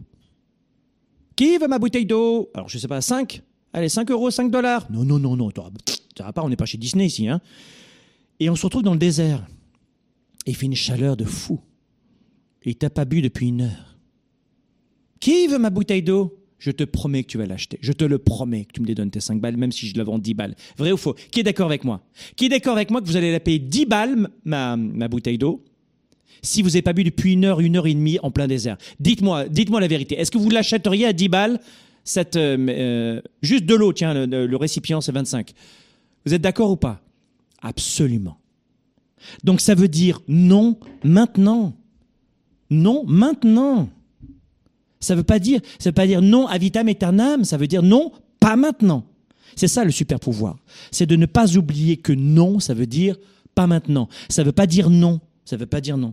Qui veut ma bouteille d'eau? Alors, je sais pas, 5? Allez, 5 €, 5 $. Non, ça va pas, on n'est pas chez Disney ici, hein. Et on se retrouve dans le désert. Et il fait une chaleur de fou. Et t'as pas bu depuis 1 heure. Qui veut ma bouteille d'eau? Je te promets que tu vas l'acheter. Je te le promets que tu me les donnes tes 5 balles, même si je la vends 10 balles. Vrai ou faux? Qui est d'accord avec moi? Qui est d'accord avec moi que vous allez la payer 10 balles, ma bouteille d'eau, si vous n'avez pas bu depuis 1 heure et demie en plein désert? Dites-moi la vérité. Est-ce que vous l'achèteriez à 10 balles, juste de l'eau, tiens, le récipient, c'est 25. Vous êtes d'accord ou pas? Absolument. Donc ça veut dire non maintenant. Non maintenant. Ça veut pas dire non à vitam aeternam, ça veut dire non, pas maintenant. C'est ça le super pouvoir. C'est de ne pas oublier que non, ça veut dire pas maintenant. Ça veut pas dire non. Ça veut pas dire non.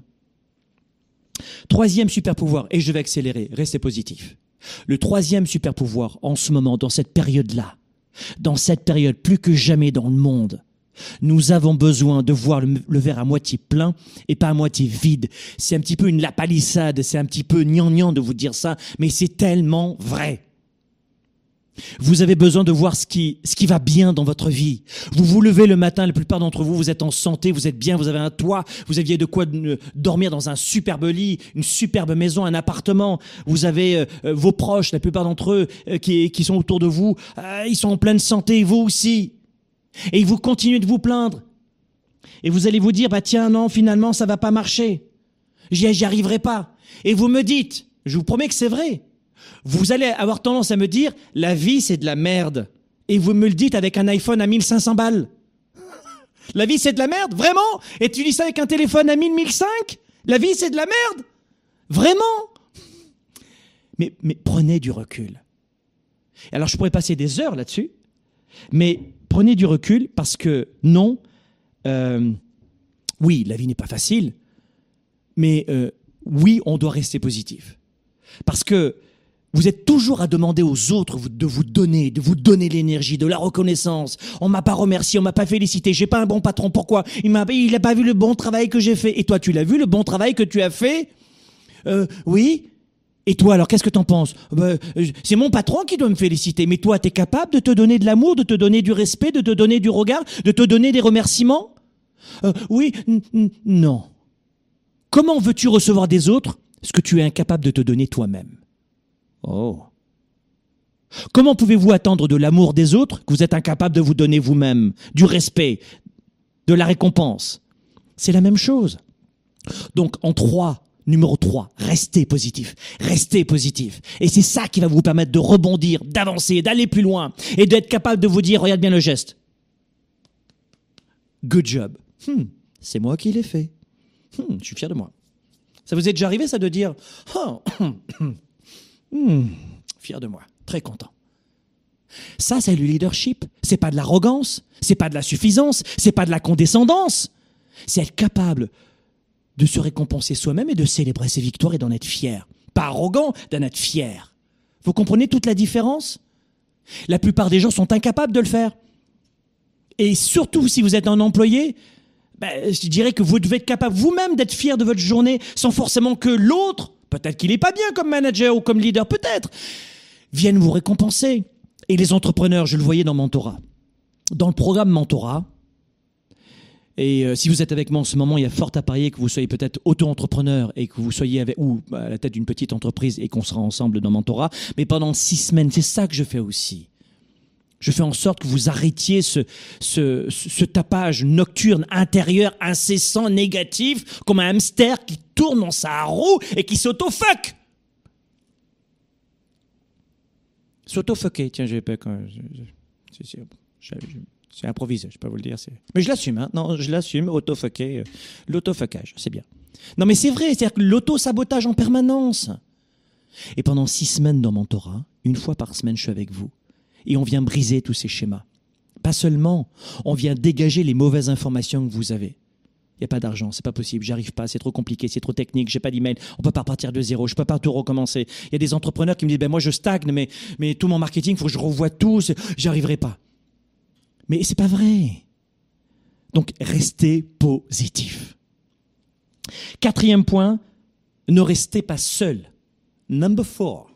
Troisième super pouvoir, et je vais accélérer, restez positif. Le troisième super pouvoir, en ce moment, dans cette période-là, dans cette période plus que jamais dans le monde, nous avons besoin de voir le verre à moitié plein et pas à moitié vide. C'est un petit peu une lapalissade, c'est un petit peu gnangnan de vous dire ça, mais c'est tellement vrai. Vous avez besoin de voir ce qui va bien dans votre vie. Vous vous levez le matin, la plupart d'entre vous, vous êtes en santé, vous êtes bien, vous avez un toit, vous aviez de quoi dormir dans un superbe lit, une superbe maison, un appartement. Vous avez vos proches, la plupart d'entre eux qui sont autour de vous, ils sont en pleine santé, vous aussi. Et vous continuez de vous plaindre. Et vous allez vous dire, tiens, non, finalement, ça va pas marcher. J'y arriverai pas. Et vous me dites, je vous promets que c'est vrai, vous allez avoir tendance à me dire, la vie, c'est de la merde. Et vous me le dites avec un iPhone à 1500 balles. La vie, c'est de la merde? Vraiment? Et tu dis ça avec un téléphone à 1005? La vie, c'est de la merde? Vraiment? Mais prenez du recul. Alors, je pourrais passer des heures là-dessus, mais prenez du recul parce que non, oui, la vie n'est pas facile, mais oui, on doit rester positif. Parce que vous êtes toujours à demander aux autres de vous donner l'énergie, de la reconnaissance. On m'a pas remercié, on m'a pas félicité, j'ai pas un bon patron, pourquoi? Il a pas vu le bon travail que j'ai fait. Et toi, tu l'as vu, le bon travail que tu as fait? Oui. Et toi, alors, qu'est-ce que t'en penses? C'est mon patron qui doit me féliciter. Mais toi, t'es capable de te donner de l'amour, de te donner du respect, de te donner du regard, de te donner des remerciements? Oui, non. Comment veux-tu recevoir des autres ce que tu es incapable de te donner toi-même? Oh. Comment pouvez-vous attendre de l'amour des autres que vous êtes incapable de vous donner vous-même? Du respect, de la récompense. C'est la même chose. Donc, numéro 3, restez positif. Restez positif. Et c'est ça qui va vous permettre de rebondir, d'avancer, d'aller plus loin et d'être capable de vous dire, regarde bien le geste. Good job. C'est moi qui l'ai fait. Je suis fier de moi. Ça vous est déjà arrivé, ça, de dire, fier de moi, très content. Ça, c'est le leadership. C'est pas de l'arrogance, c'est pas de la suffisance, c'est pas de la condescendance. C'est être capable de se récompenser soi-même et de célébrer ses victoires et d'en être fier. Pas arrogant, d'en être fier. Vous comprenez toute la différence? La plupart des gens sont incapables de le faire. Et surtout, si vous êtes un employé, je dirais que vous devez être capable vous-même d'être fier de votre journée sans forcément que l'autre, peut-être qu'il n'est pas bien comme manager ou comme leader, peut-être, vienne vous récompenser. Et les entrepreneurs, je le voyais dans Mentorat. Dans le programme Mentorat, et si vous êtes avec moi en ce moment, il y a fort à parier que vous soyez peut-être auto-entrepreneur et que vous soyez à la tête d'une petite entreprise et qu'on sera ensemble dans Mentorat. Mais pendant 6 semaines, c'est ça que je fais aussi. Je fais en sorte que vous arrêtiez ce tapage nocturne, intérieur, incessant, négatif, comme un hamster qui tourne dans sa roue et qui s'auto-fuck. S'auto-fucker, tiens, j'ai pas... C'est improvisé, je peux vous le dire. Mais je l'assume, hein. Non, je l'assume, auto-fucker, l'auto-fuckage, c'est bien. Non, mais c'est vrai, c'est-à-dire que l'auto-sabotage en permanence. Et pendant 6 semaines dans Mentorat, 1 fois par semaine, je suis avec vous. Et on vient briser tous ces schémas. Pas seulement, on vient dégager les mauvaises informations que vous avez. Il n'y a pas d'argent, c'est pas possible, j'arrive pas, c'est trop compliqué, c'est trop technique, j'ai pas d'email, on peut pas repartir de zéro, je peux pas tout recommencer. Il y a des entrepreneurs qui me disent, moi je stagne, mais tout mon marketing, il faut que je revoie tout, j'y arriverai pas. Mais c'est pas vrai. Donc, restez positif. 4e point, ne restez pas seul. Number 4.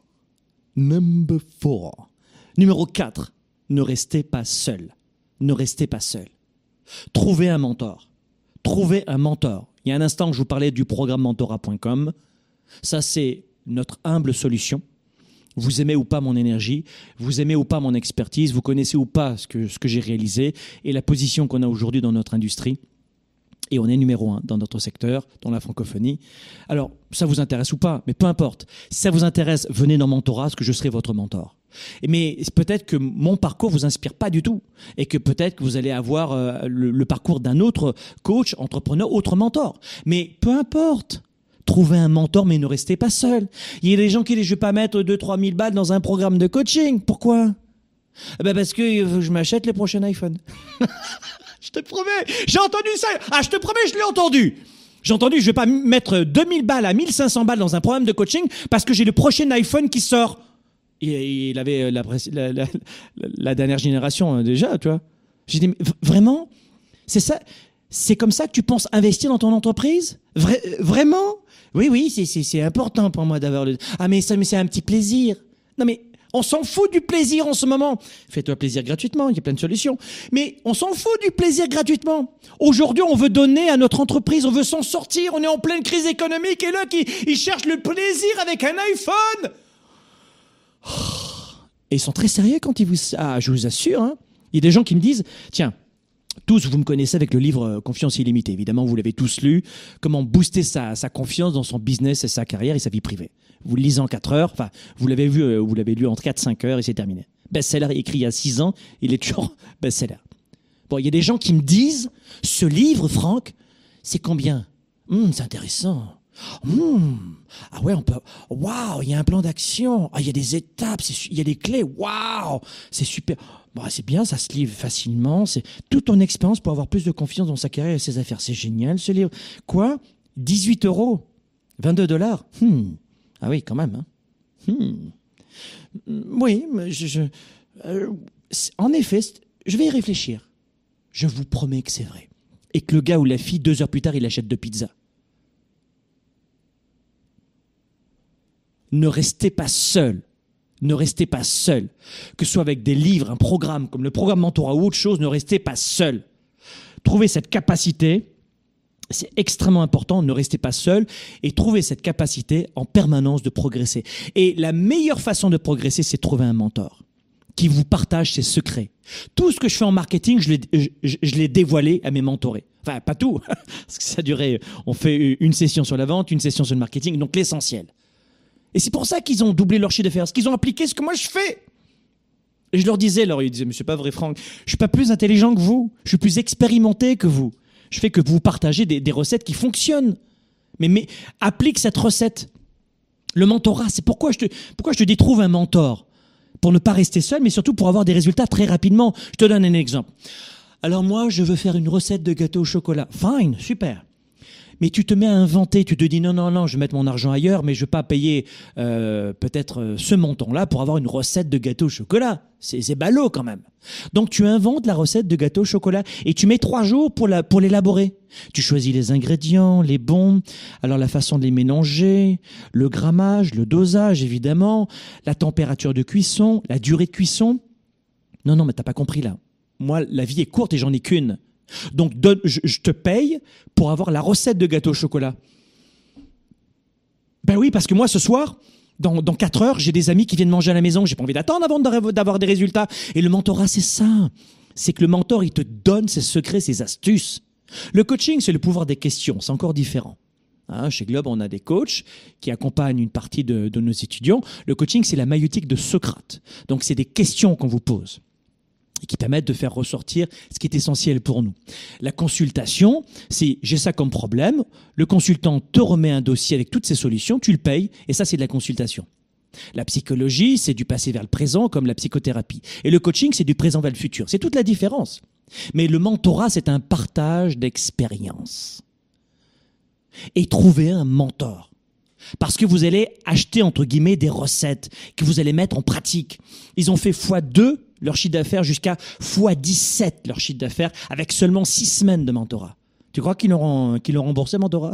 Numéro 4, ne restez pas seul. Ne restez pas seul. Trouvez un mentor. Trouvez un mentor. Il y a un instant que je vous parlais du programme mentorat.com. Ça, c'est notre humble solution. Vous aimez ou pas mon énergie, vous aimez ou pas mon expertise, vous connaissez ou pas ce que j'ai réalisé et la position qu'on a aujourd'hui dans notre industrie. Et on est numéro 1 dans notre secteur, dans la francophonie. Alors, ça vous intéresse ou pas, mais peu importe. Si ça vous intéresse, venez dans Mentorat, parce que je serai votre mentor. Mais peut-être que mon parcours vous inspire pas du tout. Et que peut-être que vous allez avoir le parcours d'un autre coach, entrepreneur, autre mentor. Mais peu importe. Trouvez un mentor, mais ne restez pas seul. Il y a des gens qui disent, je vais pas mettre 2-3 000 balles dans un programme de coaching. Pourquoi? Parce que je m'achète le prochain iPhone. Je te promets, j'ai entendu ça. Ah, je te promets, je l'ai entendu. J'ai entendu, je vais pas mettre 2000 balles à 1500 balles dans un programme de coaching parce que j'ai le prochain iPhone qui sort. Et il avait la dernière génération déjà, tu vois. J'ai dit, vraiment? C'est ça? C'est comme ça que tu penses investir dans ton entreprise? Vraiment? Oui, c'est important pour moi d'avoir le... Ah, mais c'est un petit plaisir. Non, mais on s'en fout du plaisir en ce moment. Fais-toi plaisir gratuitement, il y a plein de solutions. Mais on s'en fout du plaisir gratuitement. Aujourd'hui, on veut donner à notre entreprise, on veut s'en sortir, on est en pleine crise économique et là, ils cherchent le plaisir avec un iPhone. Et ils sont très sérieux quand ils vous... Ah, je vous assure, hein. Il y a des gens qui me disent, tiens, tous, vous me connaissez avec le livre Confiance illimitée. Évidemment, vous l'avez tous lu. Comment booster sa confiance dans son business et sa carrière et sa vie privée. Vous le lisez en 4 heures. Enfin, vous l'avez vu, vous l'avez lu en 4-5 heures et c'est terminé. Best-seller écrit il y a 6 ans. Il est toujours best-seller. Bon, il y a des gens qui me disent, ce livre, Franck, c'est combien? C'est intéressant. Ah ouais, on peut... Waouh, il y a un plan d'action. Ah, il y a des étapes, il y a des clés. Waouh, c'est super. Bon, c'est bien, ça se lit facilement. C'est toute ton expérience pour avoir plus de confiance dans sa carrière et ses affaires. C'est génial, ce livre. Quoi? 18 €? 22 $? Ah oui, quand même. Hein. Oui, mais en effet, je vais y réfléchir. Je vous promets que c'est vrai. Et que le gars ou la fille, 2 heures plus tard, il achète 2 pizzas. ne restez pas seul. Ne restez pas seul. Que ce soit avec des livres, un programme, comme le programme Mentorat ou autre chose, ne restez pas seul. Trouvez cette capacité, c'est extrêmement important, ne restez pas seul, et trouvez cette capacité en permanence de progresser. Et la meilleure façon de progresser, c'est de trouver un mentor qui vous partage ses secrets. Tout ce que je fais en marketing, je l'ai dévoilé à mes mentorés. Enfin, pas tout, parce que ça durait, on fait une session sur la vente, une session sur le marketing, donc l'essentiel. Et c'est pour ça qu'ils ont doublé leur chiffre d'affaires, parce qu'ils ont appliqué ce que moi je fais. Et je leur disais, ils disaient, mais c'est pas vrai Franck, je suis pas plus intelligent que vous, je suis plus expérimenté que vous. Je fais que vous partagez des recettes qui fonctionnent. Mais applique cette recette. Le mentorat, c'est pourquoi je te dis trouve un mentor. Pour ne pas rester seul, mais surtout pour avoir des résultats très rapidement. Je te donne un exemple. Alors moi, je veux faire une recette de gâteau au chocolat. Fine, super. Mais tu te mets à inventer, tu te dis non, je vais mettre mon argent ailleurs, mais je ne vais pas payer peut-être ce montant-là pour avoir une recette de gâteau au chocolat. C'est ballot quand même. Donc tu inventes la recette de gâteau au chocolat et tu mets 3 jours pour l'élaborer. Tu choisis les ingrédients, les bons, alors la façon de les mélanger, le grammage, le dosage évidemment, la température de cuisson, la durée de cuisson. Non, mais t'as pas compris là. Moi, la vie est courte et j'en ai qu'une. Donc, je te paye pour avoir la recette de gâteau au chocolat. Ben oui, parce que moi, ce soir, dans 4 heures, j'ai des amis qui viennent manger à la maison. J'ai pas envie d'attendre avant d'avoir des résultats. Et le mentorat, c'est ça. C'est que le mentor, il te donne ses secrets, ses astuces. Le coaching, c'est le pouvoir des questions. C'est encore différent. Chez Globe, on a des coachs qui accompagnent une partie de nos étudiants. Le coaching, c'est la maïeutique de Socrate. Donc, c'est des questions qu'on vous pose et qui permettent de faire ressortir ce qui est essentiel pour nous. La consultation, c'est j'ai ça comme problème, le consultant te remet un dossier avec toutes ses solutions, tu le payes, et ça c'est de la consultation. La psychologie, c'est du passé vers le présent, comme la psychothérapie. Et le coaching, c'est du présent vers le futur. C'est toute la différence. Mais le mentorat, c'est un partage d'expérience. Et trouver un mentor. Parce que vous allez acheter, entre guillemets, des recettes que vous allez mettre en pratique. Ils ont fait x2 leur chiffre d'affaires jusqu'à x17 leur chiffre d'affaires avec seulement 6 semaines de mentorat. Tu crois qu'ils l'ont remboursé, mentorat?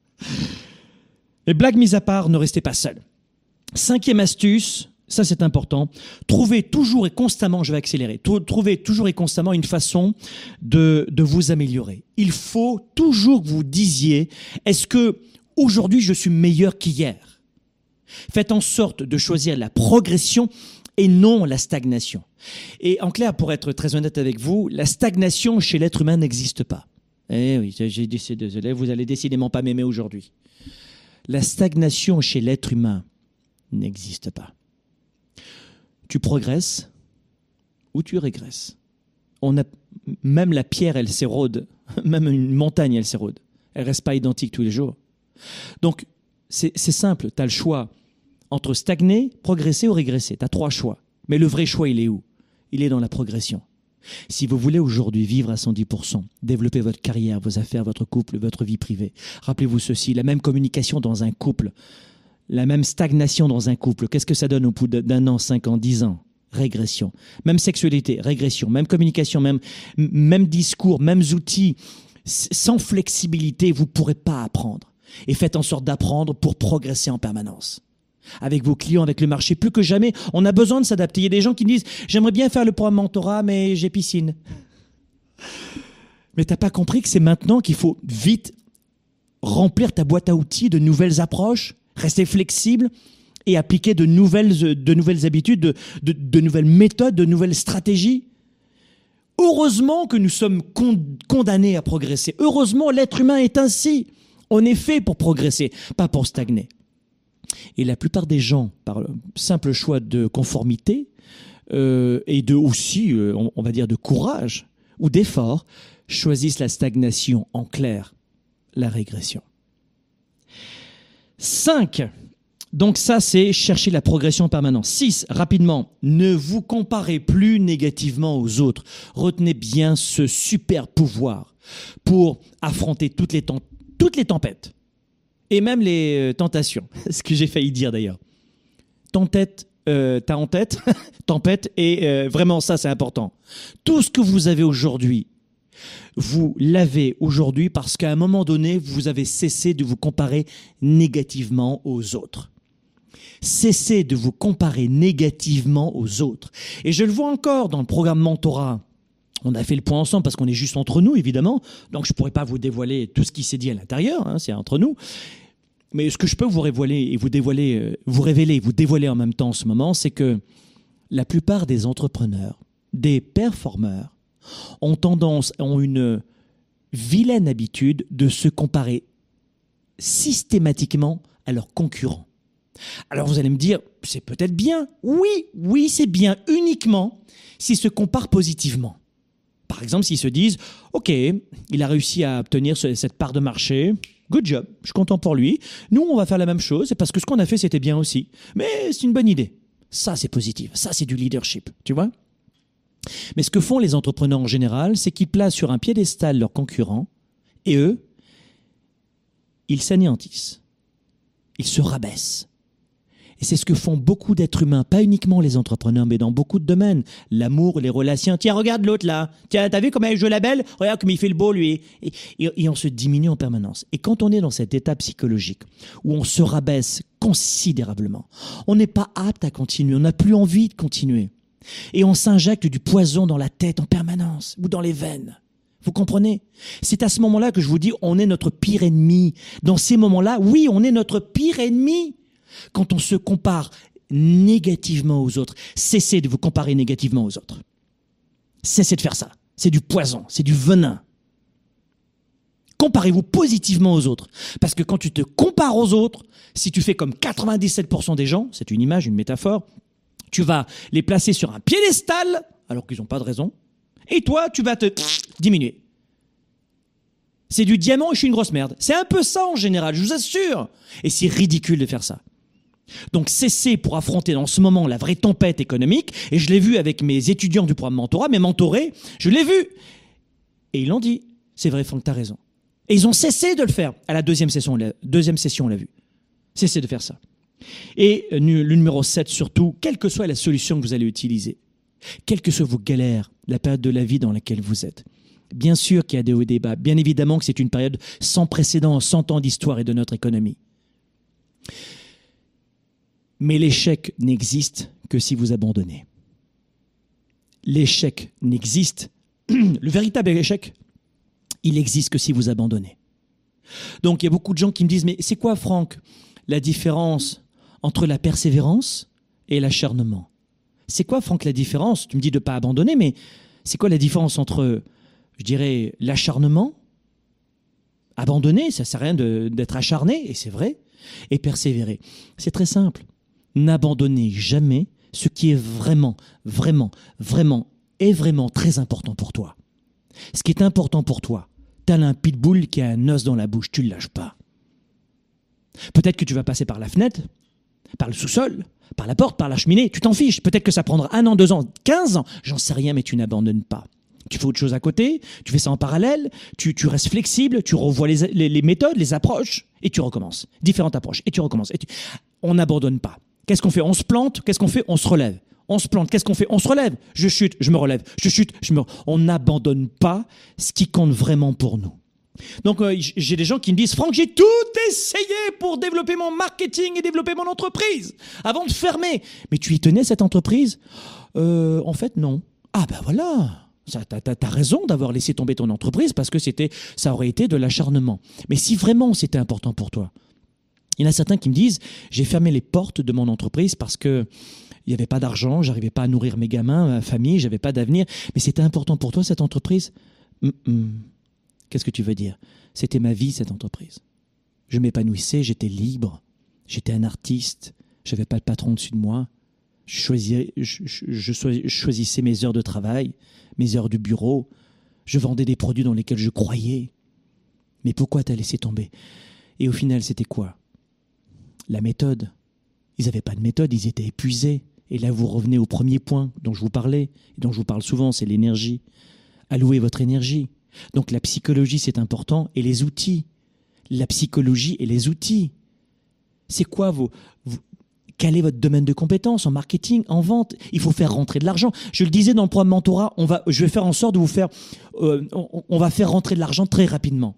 Les blagues mises à part, ne restez pas seul. 5e astuce, ça c'est important, trouvez toujours et constamment, je vais accélérer, trouvez toujours et constamment une façon de vous améliorer. Il faut toujours que vous disiez, est-ce que aujourd'hui je suis meilleur qu'hier? Faites en sorte de choisir la progression et non la stagnation. Et en clair, pour être très honnête avec vous, la stagnation chez l'être humain n'existe pas. Eh oui, j'ai dit, c'est désolé, vous allez décidément pas m'aimer aujourd'hui. La stagnation chez l'être humain n'existe pas. Tu progresses ou tu régresses. Même la pierre, elle s'érode. Même une montagne, elle s'érode. Elle reste pas identique tous les jours. Donc, c'est simple, tu as le choix entre stagner, progresser ou régresser. Tu as 3 choix. Mais le vrai choix, il est où? Il est dans la progression. Si vous voulez aujourd'hui vivre à 110%, développer votre carrière, vos affaires, votre couple, votre vie privée, rappelez-vous ceci, la même communication dans un couple, la même stagnation dans un couple, qu'est-ce que ça donne au bout d'1 an, 5 ans, 10 ans? Régression. Même sexualité, régression. Même communication, même discours, mêmes outils. Sans flexibilité, vous ne pourrez pas apprendre. Et faites en sorte d'apprendre pour progresser en permanence. Avec vos clients, avec le marché, plus que jamais, on a besoin de s'adapter. Il y a des gens qui disent « J'aimerais bien faire le programme mentorat, mais j'ai piscine. » Mais tu n'as pas compris que c'est maintenant qu'il faut vite remplir ta boîte à outils de nouvelles approches, rester flexible et appliquer de nouvelles habitudes, de nouvelles méthodes, de nouvelles stratégies. Heureusement que nous sommes condamnés à progresser. Heureusement, l'être humain est ainsi. On est fait pour progresser, pas pour stagner. Et la plupart des gens, par le simple choix de conformité et aussi, on va dire, de courage ou d'effort, choisissent la stagnation, en clair, la régression. 5. Donc ça, c'est chercher la progression permanente. 6. Rapidement, ne vous comparez plus négativement aux autres. Retenez bien ce super pouvoir pour affronter toutes les tempêtes. Et même les tentations, ce que j'ai failli dire d'ailleurs. T'as en tête, tempête, et vraiment ça c'est important. Tout ce que vous avez aujourd'hui, vous l'avez aujourd'hui parce qu'à un moment donné, vous avez cessé de vous comparer négativement aux autres. Cessez de vous comparer négativement aux autres. Et je le vois encore dans le programme Mentorat. On a fait le point ensemble parce qu'on est juste entre nous, évidemment. Donc, je ne pourrais pas vous dévoiler tout ce qui s'est dit à l'intérieur, hein, c'est entre nous. Mais ce que je peux vous révéler et vous dévoiler en même temps en ce moment, c'est que la plupart des entrepreneurs, des performeurs, ont une vilaine habitude de se comparer systématiquement à leurs concurrents. Alors vous allez me dire, c'est peut-être bien. Oui, c'est bien uniquement s'ils se comparent positivement. Par exemple, s'ils se disent, OK, il a réussi à obtenir cette part de marché, good job, je suis content pour lui. Nous, on va faire la même chose, parce que ce qu'on a fait, c'était bien aussi. Mais c'est une bonne idée. Ça, c'est positif. Ça, c'est du leadership, tu vois ? Mais ce que font les entrepreneurs en général, c'est qu'ils placent sur un piédestal leurs concurrents, et eux, ils s'anéantissent. Ils se rabaissent. Et c'est ce que font beaucoup d'êtres humains, pas uniquement les entrepreneurs, mais dans beaucoup de domaines. L'amour, les relations. Tiens, regarde l'autre là. Tiens, t'as vu comment il joue la belle ? Regarde comme il fait le beau, lui. Et on se diminue en permanence. Et quand on est dans cet état psychologique, où on se rabaisse considérablement, on n'est pas apte à continuer, on n'a plus envie de continuer. Et on s'injecte du poison dans la tête en permanence, ou dans les veines. Vous comprenez ? C'est à ce moment-là que je vous dis, on est notre pire ennemi. Dans ces moments-là, oui, on est notre pire ennemi. Quand on se compare négativement aux autres, cessez de vous comparer négativement aux autres. Cessez de faire ça. C'est du poison, c'est du venin. Comparez-vous positivement aux autres. Parce que quand tu te compares aux autres, si tu fais comme 97% des gens, c'est une image, une métaphore, tu vas les placer sur un piédestal, alors qu'ils n'ont pas de raison, et toi, tu vas te diminuer. C'est du diamant et je suis une grosse merde. C'est un peu ça en général, je vous assure. Et c'est ridicule de faire ça. Donc cessez pour affronter dans ce moment la vraie tempête économique, et je l'ai vu avec mes étudiants du programme Mentorat, mes mentorés, je l'ai vu. Et ils l'ont dit, c'est vrai Franck, t'as raison. Et ils ont cessé de le faire. À la deuxième session, on l'a vu. Cessez de faire ça. Et le numéro 7 surtout, quelle que soit la solution que vous allez utiliser, quelles que soient vos galères, la période de la vie dans laquelle vous êtes, bien sûr qu'il y a des hauts et des bas, bien évidemment que c'est une période sans précédent en 100 ans d'histoire et de notre économie. Mais l'échec n'existe que si vous abandonnez. L'échec n'existe, le véritable échec, il existe que si vous abandonnez. Donc il y a beaucoup de gens qui me disent, mais c'est quoi Franck, la différence entre la persévérance et l'acharnement ? C'est quoi Franck la différence ? Tu me dis de ne pas abandonner, mais c'est quoi la différence entre, je dirais, l'acharnement, abandonner, ça ne sert à rien d'être acharné, et c'est vrai, et persévérer. C'est très simple. N'abandonnez jamais ce qui est vraiment très important pour toi. Ce qui est important pour toi, t'as un pitbull qui a un os dans la bouche, tu ne le lâches pas. Peut-être que tu vas passer par la fenêtre, par le sous-sol, par la porte, par la cheminée, tu t'en fiches. Peut-être que ça prendra 1 an, 2 ans, 15 ans, j'en sais rien, mais tu n'abandonnes pas. Tu fais autre chose à côté, tu fais ça en parallèle, tu restes flexible, tu revois les méthodes, les approches, et tu recommences. Différentes approches, et tu recommences. On n'abandonne pas. Qu'est-ce qu'on fait ? On se plante, qu'est-ce qu'on fait ? On se relève. On se plante, qu'est-ce qu'on fait ? On se relève. Je chute, je me relève. Je chute, On n'abandonne pas ce qui compte vraiment pour nous. Donc j'ai des gens qui me disent « Franck, j'ai tout essayé pour développer mon marketing et développer mon entreprise avant de fermer. » Mais tu y tenais cette entreprise ? En fait, non. Ah ben voilà, t'as raison d'avoir laissé tomber ton entreprise parce que ça aurait été de l'acharnement. Mais si vraiment c'était important pour toi, il y en a certains qui me disent « J'ai fermé les portes de mon entreprise parce que il n'y avait pas d'argent, j'arrivais pas à nourrir mes gamins, ma famille, j'avais pas d'avenir. Mais c'était important pour toi cette entreprise ? Qu'est-ce que tu veux dire ? C'était ma vie cette entreprise. Je m'épanouissais, j'étais libre, j'étais un artiste, j'avais pas de patron dessus de moi. Je choisissais mes heures de travail, mes heures du bureau. Je vendais des produits dans lesquels je croyais. Mais pourquoi t'as laissé tomber ? Et au final, c'était quoi ? La méthode. Ils n'avaient pas de méthode, ils étaient épuisés. Et là, vous revenez au premier point dont je vous parlais, et dont je vous parle souvent, c'est l'énergie. Allouez votre énergie. Donc la psychologie, c'est important, et les outils. La psychologie et les outils. C'est quoi quel est votre domaine de compétences en marketing, en vente ? Il faut faire rentrer de l'argent. Je le disais dans le programme Mentorat, je vais faire en sorte de vous faire... on va faire rentrer de l'argent très rapidement.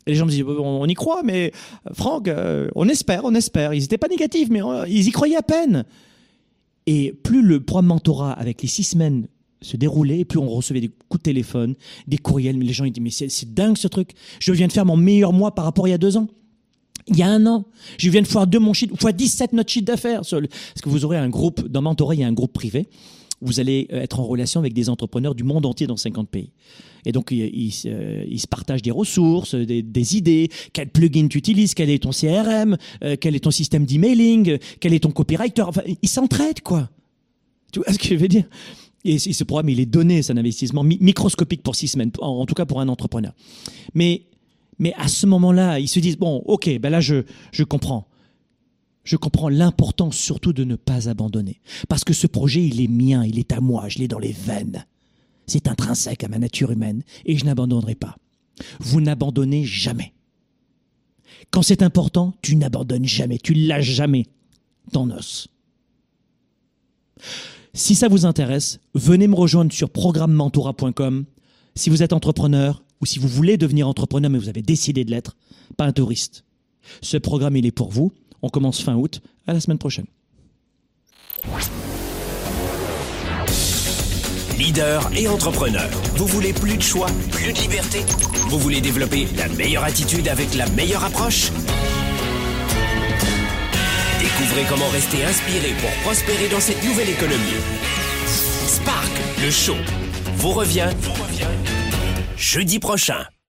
Et les gens me disent, on y croit, mais Franck, on espère. Ils n'étaient pas négatifs, mais ils y croyaient à peine. Et plus le programme mentorat avec les 6 semaines se déroulait, plus on recevait des coups de téléphone, des courriels, mais les gens ils disent, mais c'est dingue ce truc. Je viens de faire mon meilleur mois par rapport à il y a 2 ans. Il y a 1 an, je viens de fois 17 notre chiffre d'affaires. Parce que vous aurez un groupe, dans Mentorat, il y a un groupe privé. Vous allez être en relation avec des entrepreneurs du monde entier dans 50 pays. Et donc, ils se partagent des ressources, des idées. Quel plugin tu utilises? Quel est ton CRM? Quel est ton système d'emailing? Quel est ton copywriter? Enfin, ils s'entraident, quoi. Tu vois ce que je veux dire? Et ce programme, il est donné, c'est un investissement microscopique pour 6 semaines, en tout cas pour un entrepreneur. Mais à ce moment-là, ils se disent, bon, ok, ben là, je comprends. Je comprends l'importance surtout de ne pas abandonner. Parce que ce projet, il est mien, il est à moi, je l'ai dans les veines. C'est intrinsèque à ma nature humaine et je n'abandonnerai pas. Vous n'abandonnez jamais. Quand c'est important, tu n'abandonnes jamais, tu lâches jamais ton os. Si ça vous intéresse, venez me rejoindre sur programmementorat.com. Si vous êtes entrepreneur ou si vous voulez devenir entrepreneur mais vous avez décidé de l'être, pas un touriste. Ce programme, il est pour vous. On commence fin août. À la semaine prochaine. Leader et entrepreneur. Vous voulez plus de choix, plus de liberté? Vous voulez développer la meilleure attitude avec la meilleure approche? Découvrez comment rester inspiré pour prospérer dans cette nouvelle économie. Spark, le show, vous revient jeudi prochain.